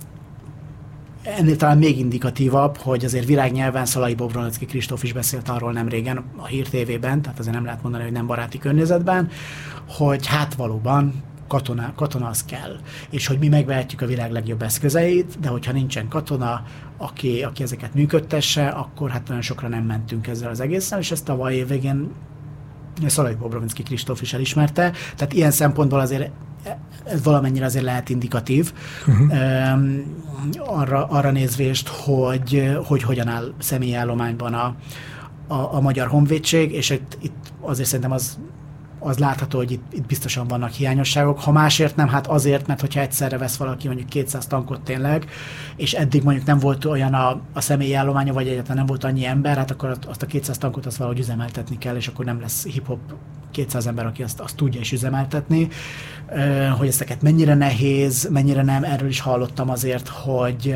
ennél talán még indikatívabb, hogy azért világnyelven Szalai Bobronecki Kristóf is beszélt arról nem régen a Hír té vében, tehát azért nem lehet mondani, hogy nem baráti környezetben, hogy hát valóban Katona, katona az kell. És hogy mi megvehetjük a világ legjobb eszközeit, de hogyha nincsen katona, aki, aki ezeket működtesse, akkor hát nagyon sokra nem mentünk ezzel az egészen, és ezt tavaly év végén Szalai Bobronecki Kristóf is elismerte. Tehát ilyen szempontból azért ez valamennyire azért lehet indikatív. Uh-huh. Um, arra, arra nézvést, hogy, hogy hogyan áll személyi állományban a, a, a Magyar Honvédség, és itt, itt azért szerintem az az látható, hogy itt, itt biztosan vannak hiányosságok. Ha másért nem, hát azért, mert hogyha egyszerre vesz valaki mondjuk kétszáz tankot tényleg, és eddig mondjuk nem volt olyan a, a személyi állománya, vagy egyáltalán nem volt annyi ember, hát akkor azt a kétszáz tankot azt valahogy üzemeltetni kell, és akkor nem lesz hip-hop kétszáz ember, aki azt, azt tudja is üzemeltetni. Hogy ezeket mennyire nehéz, mennyire nem, erről is hallottam azért, hogy,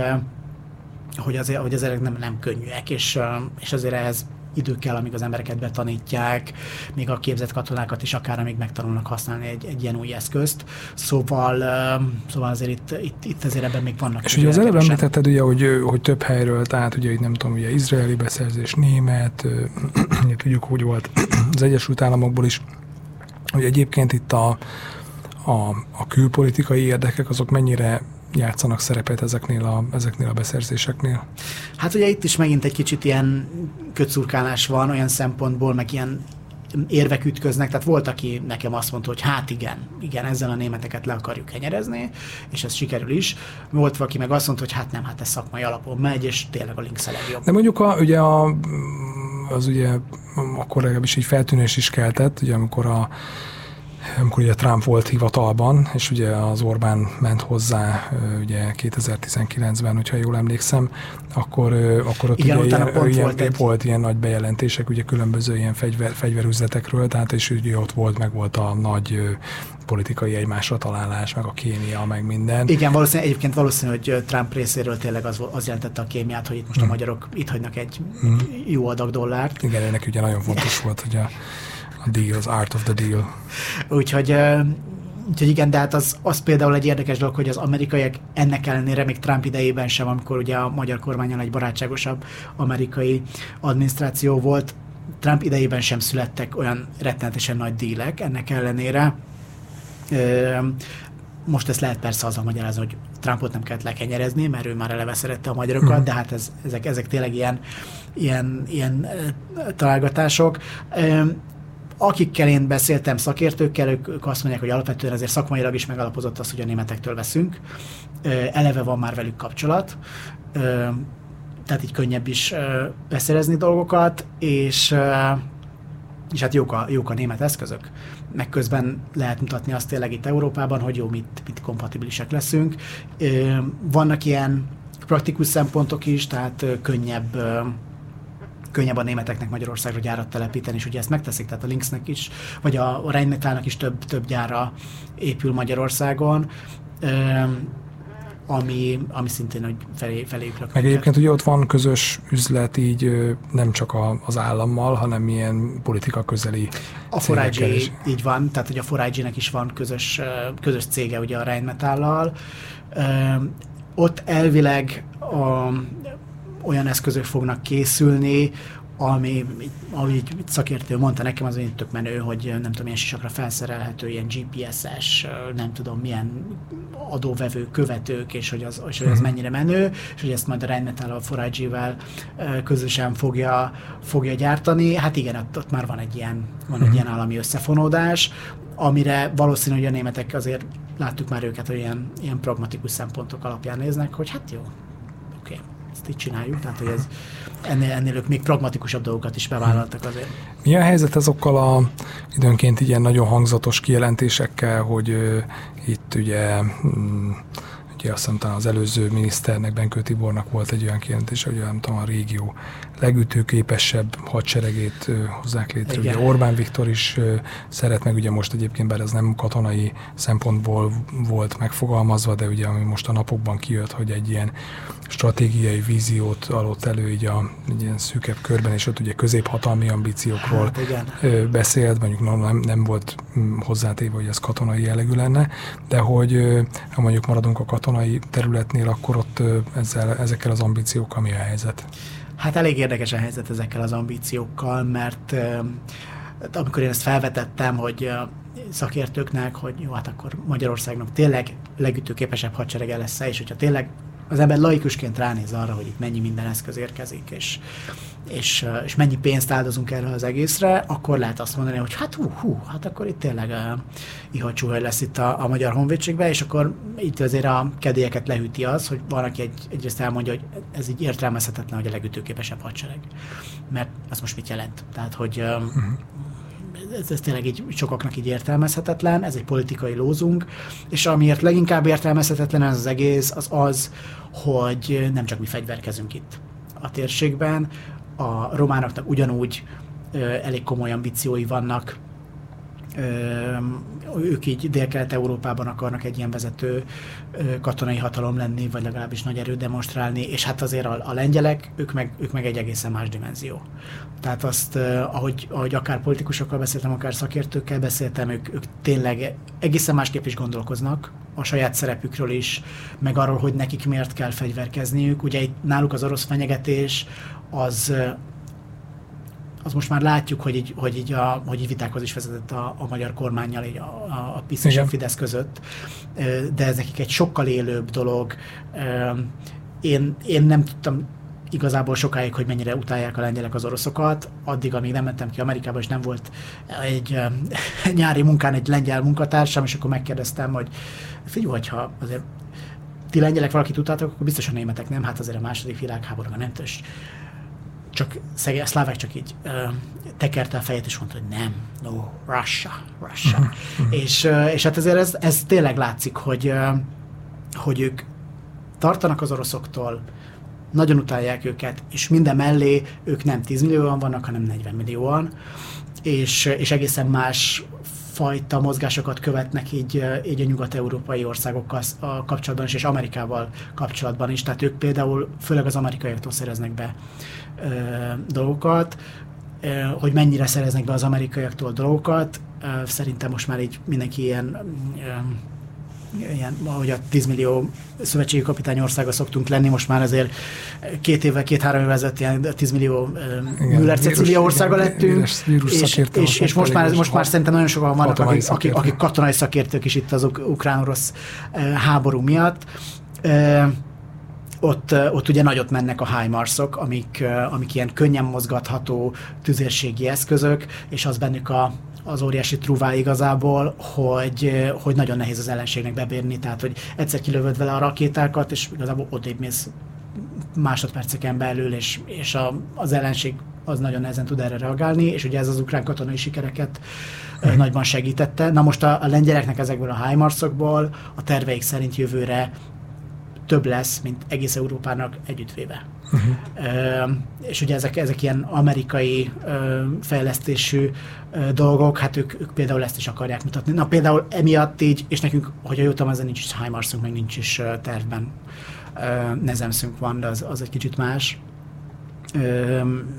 hogy, azért, hogy ezek nem, nem könnyűek, és, és azért ehhez idő kell, amíg az embereket betanítják, még a képzett katonákat is akár, amíg megtanulnak használni egy, egy ilyen új eszközt. Szóval, szóval azért itt, itt, itt azért ebben még vannak. És ugye az előbb említetted, ugye, hogy, hogy több helyről, tehát ugye, nem tudom, ugye izraeli beszerzés, német, ugye tudjuk, hogy volt az Egyesült Államokból is, hogy egyébként itt a, a, a külpolitikai érdekek, azok mennyire játszanak szerepet ezeknél a, ezeknél a beszerzéseknél? Hát ugye itt is megint egy kicsit ilyen kötszurkálás van olyan szempontból, meg ilyen érvek ütköznek, tehát volt, aki nekem azt mondta, hogy hát igen, igen, ezzel a németeket le akarjuk kenyerezni, és ez sikerül is. Volt valaki meg azt mondta, hogy hát nem, hát ez szakmai alapon megy, és tényleg a Lynx a legjobb. De mondjuk a, ugye a, az ugye akkor legalábbis így feltűnés is keltett, ugye amikor a amikor ugye Trump volt hivatalban, és ugye az Orbán ment hozzá ugye kétezer-tizenkilencben, hogyha jól emlékszem, akkor, akkor ott igen, ugye ilyen, volt, ilyen, volt, volt ilyen nagy bejelentések, ugye különböző ilyen fegyver, fegyverüzletekről, tehát és ugye ott volt, meg volt a nagy politikai egymásra találás, meg a kémia, meg minden. Igen, valószínűleg, egyébként valószínű, hogy Trump részéről tényleg az, az jelentette a kémiát, hogy itt most hmm. a magyarok itt hagynak egy hmm. jó adag dollárt. Igen, ennek ugye nagyon fontos volt, hogy a A deal, az art of the deal. Úgyhogy, uh, úgyhogy igen, de hát az, az például egy érdekes dolog, hogy az amerikaiak ennek ellenére még Trump idejében sem, amikor ugye a magyar kormányon egy barátságosabb amerikai adminisztráció volt, Trump idejében sem születtek olyan rettenetesen nagy dílek ennek ellenére. Uh, most ezt lehet persze azzal magyarázni, hogy Trumpot nem kellett lekenyerezni, mert ő már eleve szerette a magyarokat, mm. de hát ez, ezek, ezek tényleg ilyen, ilyen, ilyen uh, találgatások. Uh, Akikkel én beszéltem, szakértőkkel, ők, ők azt mondják, hogy alapvetően azért szakmailag is megalapozott az, hogy a németektől veszünk. Eleve van már velük kapcsolat, tehát így könnyebb is beszerezni dolgokat, és, és hát jók a, jók a német eszközök. Meg közben lehet mutatni azt tényleg itt Európában, hogy jó, mit, mit kompatibilisek leszünk. Vannak ilyen praktikus szempontok is, tehát könnyebb könnyebb a németeknek Magyarországra gyárat telepíteni, és ugye ezt megteszik, tehát a Lynxnek is, vagy a, a Rheinmetallnak is több, több gyára épül Magyarországon, ami, ami szintén hogy felé, feléjük rakják. Meg egyébként ugye ott van közös üzlet így nem csak a, az állammal, hanem ilyen politika közeli a four I G így van, tehát hogy a four I G-nek is van közös, közös cége ugye a Rheinmetalllal. Ott elvileg a, olyan eszközök fognak készülni, ami, ahogy szakértő mondta nekem, az tök menő, hogy nem tudom, milyen sisakra felszerelhető, ilyen G P S-es, nem tudom, milyen adóvevő követők, és hogy az, és hogy az mennyire menő, és hogy ezt majd a Rheinmetall a four I G-vel közösen fogja, fogja gyártani. Hát igen, ott, ott már van egy ilyen, van egy ilyen állami összefonódás, amire valószínű, hogy a németek azért láttuk már őket, hogy ilyen, ilyen pragmatikus szempontok alapján néznek, hogy hát jó, oké, ezt így csináljuk, tehát hogy ez Ennél, ennél ők még pragmatikusabb dolgokat is bevállaltak azért. Mi a helyzet azokkal a időnként ilyen nagyon hangzatos kijelentésekkel, hogy uh, itt ugye, um, ugye azt hiszem talán az előző miniszternek, Benkő Tibornak volt egy olyan kijelentés, hogy nem tudom, a régió legütőképesebb hadseregét uh, hozzák létre. Igen. Ugye Orbán Viktor is uh, szeret, meg ugye most egyébként, bár ez nem katonai szempontból volt megfogalmazva, de ugye ami most a napokban kijött, hogy egy ilyen stratégiai víziót adott elő így a egy ilyen szűkebb körben, és ott ugye középhatalmi ambíciókról hát, beszélt, mondjuk nem, nem volt hozzátéve, hogy ez katonai jellegű lenne, de hogy ha mondjuk maradunk a katonai területnél, akkor ott ezzel, ezekkel az ambíciókkal mi a helyzet? Hát elég érdekes a helyzet ezekkel az ambíciókkal, mert amikor én ezt felvetettem, hogy szakértőknek, hogy jó, hát akkor Magyarországnak tényleg legütőképesebb hadserege lesz, és hogyha tényleg az ember laikusként ránéz arra, hogy itt mennyi minden eszköz érkezik, és, és, és mennyi pénzt áldozunk erre az egészre, akkor lehet azt mondani, hogy hát hú, hú hát akkor itt tényleg uh, ihacsúhaj lesz itt a, a magyar honvédségben, és akkor itt azért a kedélyeket lehűti az, hogy valaki egy, egyrészt elmondja, hogy ez így értelmezhetetlen, hogy a legütőképesebb hadsereg. Mert az most mit jelent? Tehát, hogy uh, uh-huh. Ez, ez tényleg így sokaknak így értelmezhetetlen, ez egy politikai lózunk, és amiért leginkább értelmezhetetlen ez az egész, az az, hogy nem csak mi fegyverkezünk itt a térségben, a románoknak ugyanúgy ö, elég komoly ambíciói vannak, ö, ők így Dél-Kelet-Európában akarnak egy ilyen vezető ö, katonai hatalom lenni, vagy legalábbis nagy erőt demonstrálni, és hát azért a, a lengyelek, ők meg, ők meg egy egészen más dimenzió. Tehát azt, uh, ahogy, ahogy akár politikusokkal beszéltem, akár szakértőkkel beszéltem, ők, ők tényleg egészen másképp is gondolkoznak a saját szerepükről is, meg arról, hogy nekik miért kell fegyverkezniük. Ugye itt náluk az orosz fenyegetés, az, az most már látjuk, hogy így, hogy így, a, hogy így vitákhoz is vezetett a, a magyar kormánnyal, így a, a, a PiS és a Fidesz között, de ez nekik egy sokkal élőbb dolog. Én, én nem tudtam igazából sokáig, hogy mennyire utálják a lengyelek az oroszokat, addig, amíg nem mentem ki Amerikába, és nem volt egy uh, nyári munkán egy lengyel munkatársam, és akkor megkérdeztem, hogy figyelj, hogyha azért ti lengyelek valakit utáltak, akkor biztos a németek nem, hát azért a második világháborúban nem tös. Csak a szlávák csak így uh, tekerte a fejét, és mondta, hogy nem, no, Russia, Russia. és, uh, és hát azért ez, ez tényleg látszik, hogy, uh, hogy ők tartanak az oroszoktól, nagyon utálják őket, és minden mellé ők nem tíz millióan vannak, hanem negyven millióan, és, és egészen más fajta mozgásokat követnek így, így a nyugat-európai országokkal kapcsolatban is, és Amerikával kapcsolatban is. Tehát ők például főleg az amerikaiaktól szereznek be ö, dolgokat, ö, hogy mennyire szereznek be az amerikaiaktól dolgokat. Ö, szerintem most már így mindenki ilyen ö, ilyen, ahogy a tíz millió szövetségi kapitány országa szoktunk lenni, most már azért két évvel, két-három évvel ezelőtt ilyen tíz millió Müller-Cecília országa lettünk, és, és, és most, már, most már szerintem nagyon sokan vannak, akik, akik, akik katonai szakértők is itt az ukrán-orosz háború miatt. Ott, ott ugye nagyot mennek a HIMARS-ok, amik, amik ilyen könnyen mozgatható tüzérségi eszközök, és az bennük a az óriási truvá igazából, hogy, hogy nagyon nehéz az ellenségnek bebírni, tehát hogy egyszer kilövöd vele a rakétákat, és igazából odébb mész másodperceken belül, és, és a, az ellenség az nagyon nehezen tud erre reagálni, és ugye ez az ukrán katonai sikereket hmm. nagyban segítette. Na most a, a lengyeleknek ezekből a HIMARS-okból a terveik szerint jövőre több lesz, mint egész Európának együttvéve. Uh-huh. Ö, és ugye ezek, ezek ilyen amerikai ö, fejlesztésű ö, dolgok, hát ők, ők például ezt is akarják mutatni. Na például emiatt így, és nekünk, hogyha jól tudom, ezen nincs is HIMARS-unk, meg nincs is uh, tervben. Uh, Nezemszünk van, de az, az egy kicsit más. Ö,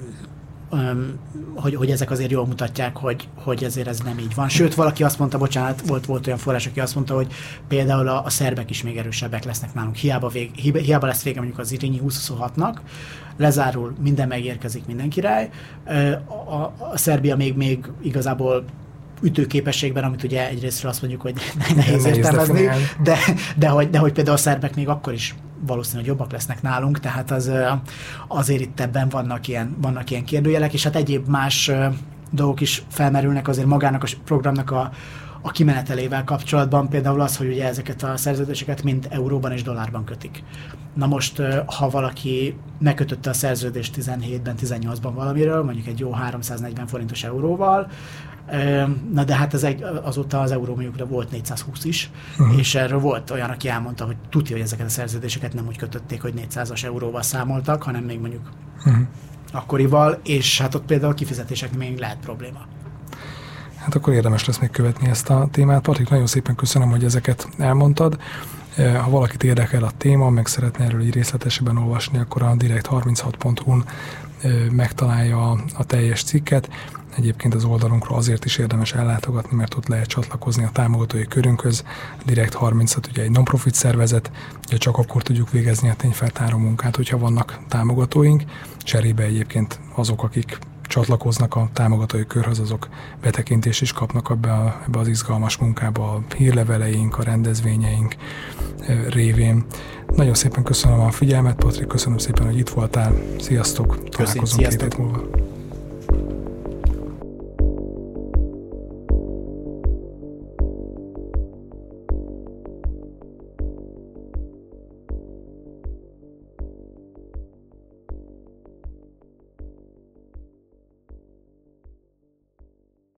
Um, hogy, hogy ezek azért jól mutatják, hogy, hogy ezért ez nem így van. Sőt, valaki azt mondta, bocsánat, volt, volt olyan forrás, aki azt mondta, hogy például a, a szerbek is még erősebbek lesznek nálunk. Hiába, vég, hiába lesz vége mondjuk az idényi húsz-huszonhatnak, lezárul, minden megérkezik, minden király. A, a, a Szerbia még, még igazából ütőképességben, amit ugye egyrésztről azt mondjuk, hogy nehéz értelmezni, de, de, hogy, de hogy például a szerbek még akkor is valószínűleg jobbak lesznek nálunk, tehát az, azért itt ebben vannak ilyen, vannak ilyen kérdőjelek, és hát egyéb más dolgok is felmerülnek azért magának a programnak a, a kimenetelével kapcsolatban, például az, hogy ugye ezeket a szerződéseket mind euróban és dollárban kötik. Na most, ha valaki megkötötte a szerződést tizenhétben, tizennyolcban valamiről, mondjuk egy jó háromszáznegyven forintos euróval, na de hát ez egy, azóta az euró mondjuk volt négyszázhúsz is, uh-huh. és erről volt olyan, aki elmondta, hogy tudja, hogy ezeket a szerződéseket nem úgy kötötték, hogy négyszázas euróval számoltak, hanem még mondjuk uh-huh. akkorival, és hát ott például a kifizetéseknek még lehet probléma. Hát akkor érdemes lesz még követni ezt a témát. Patrik, nagyon szépen köszönöm, hogy ezeket elmondtad. Ha valakit érdekel a téma, meg szeretne erről így részletesebben olvasni, akkor a direkt harminchat pont hu-n megtalálja a, a teljes cikket. Egyébként az oldalunkra azért is érdemes ellátogatni, mert ott lehet csatlakozni a támogatói körünkhöz. Direkt harminchat ugye egy non-profit szervezet, ugye csak akkor tudjuk végezni a tényfeltáró munkát, hogyha vannak támogatóink. Cserébe egyébként azok, akik csatlakoznak a támogatói körhöz, azok betekintést is kapnak ebbe, a, ebbe az izgalmas munkába, a hírleveleink, a rendezvényeink révén. Nagyon szépen köszönöm a figyelmet, Patrik, köszönöm szépen, hogy itt voltál. Sziasztok, találkozunk két hét múlva.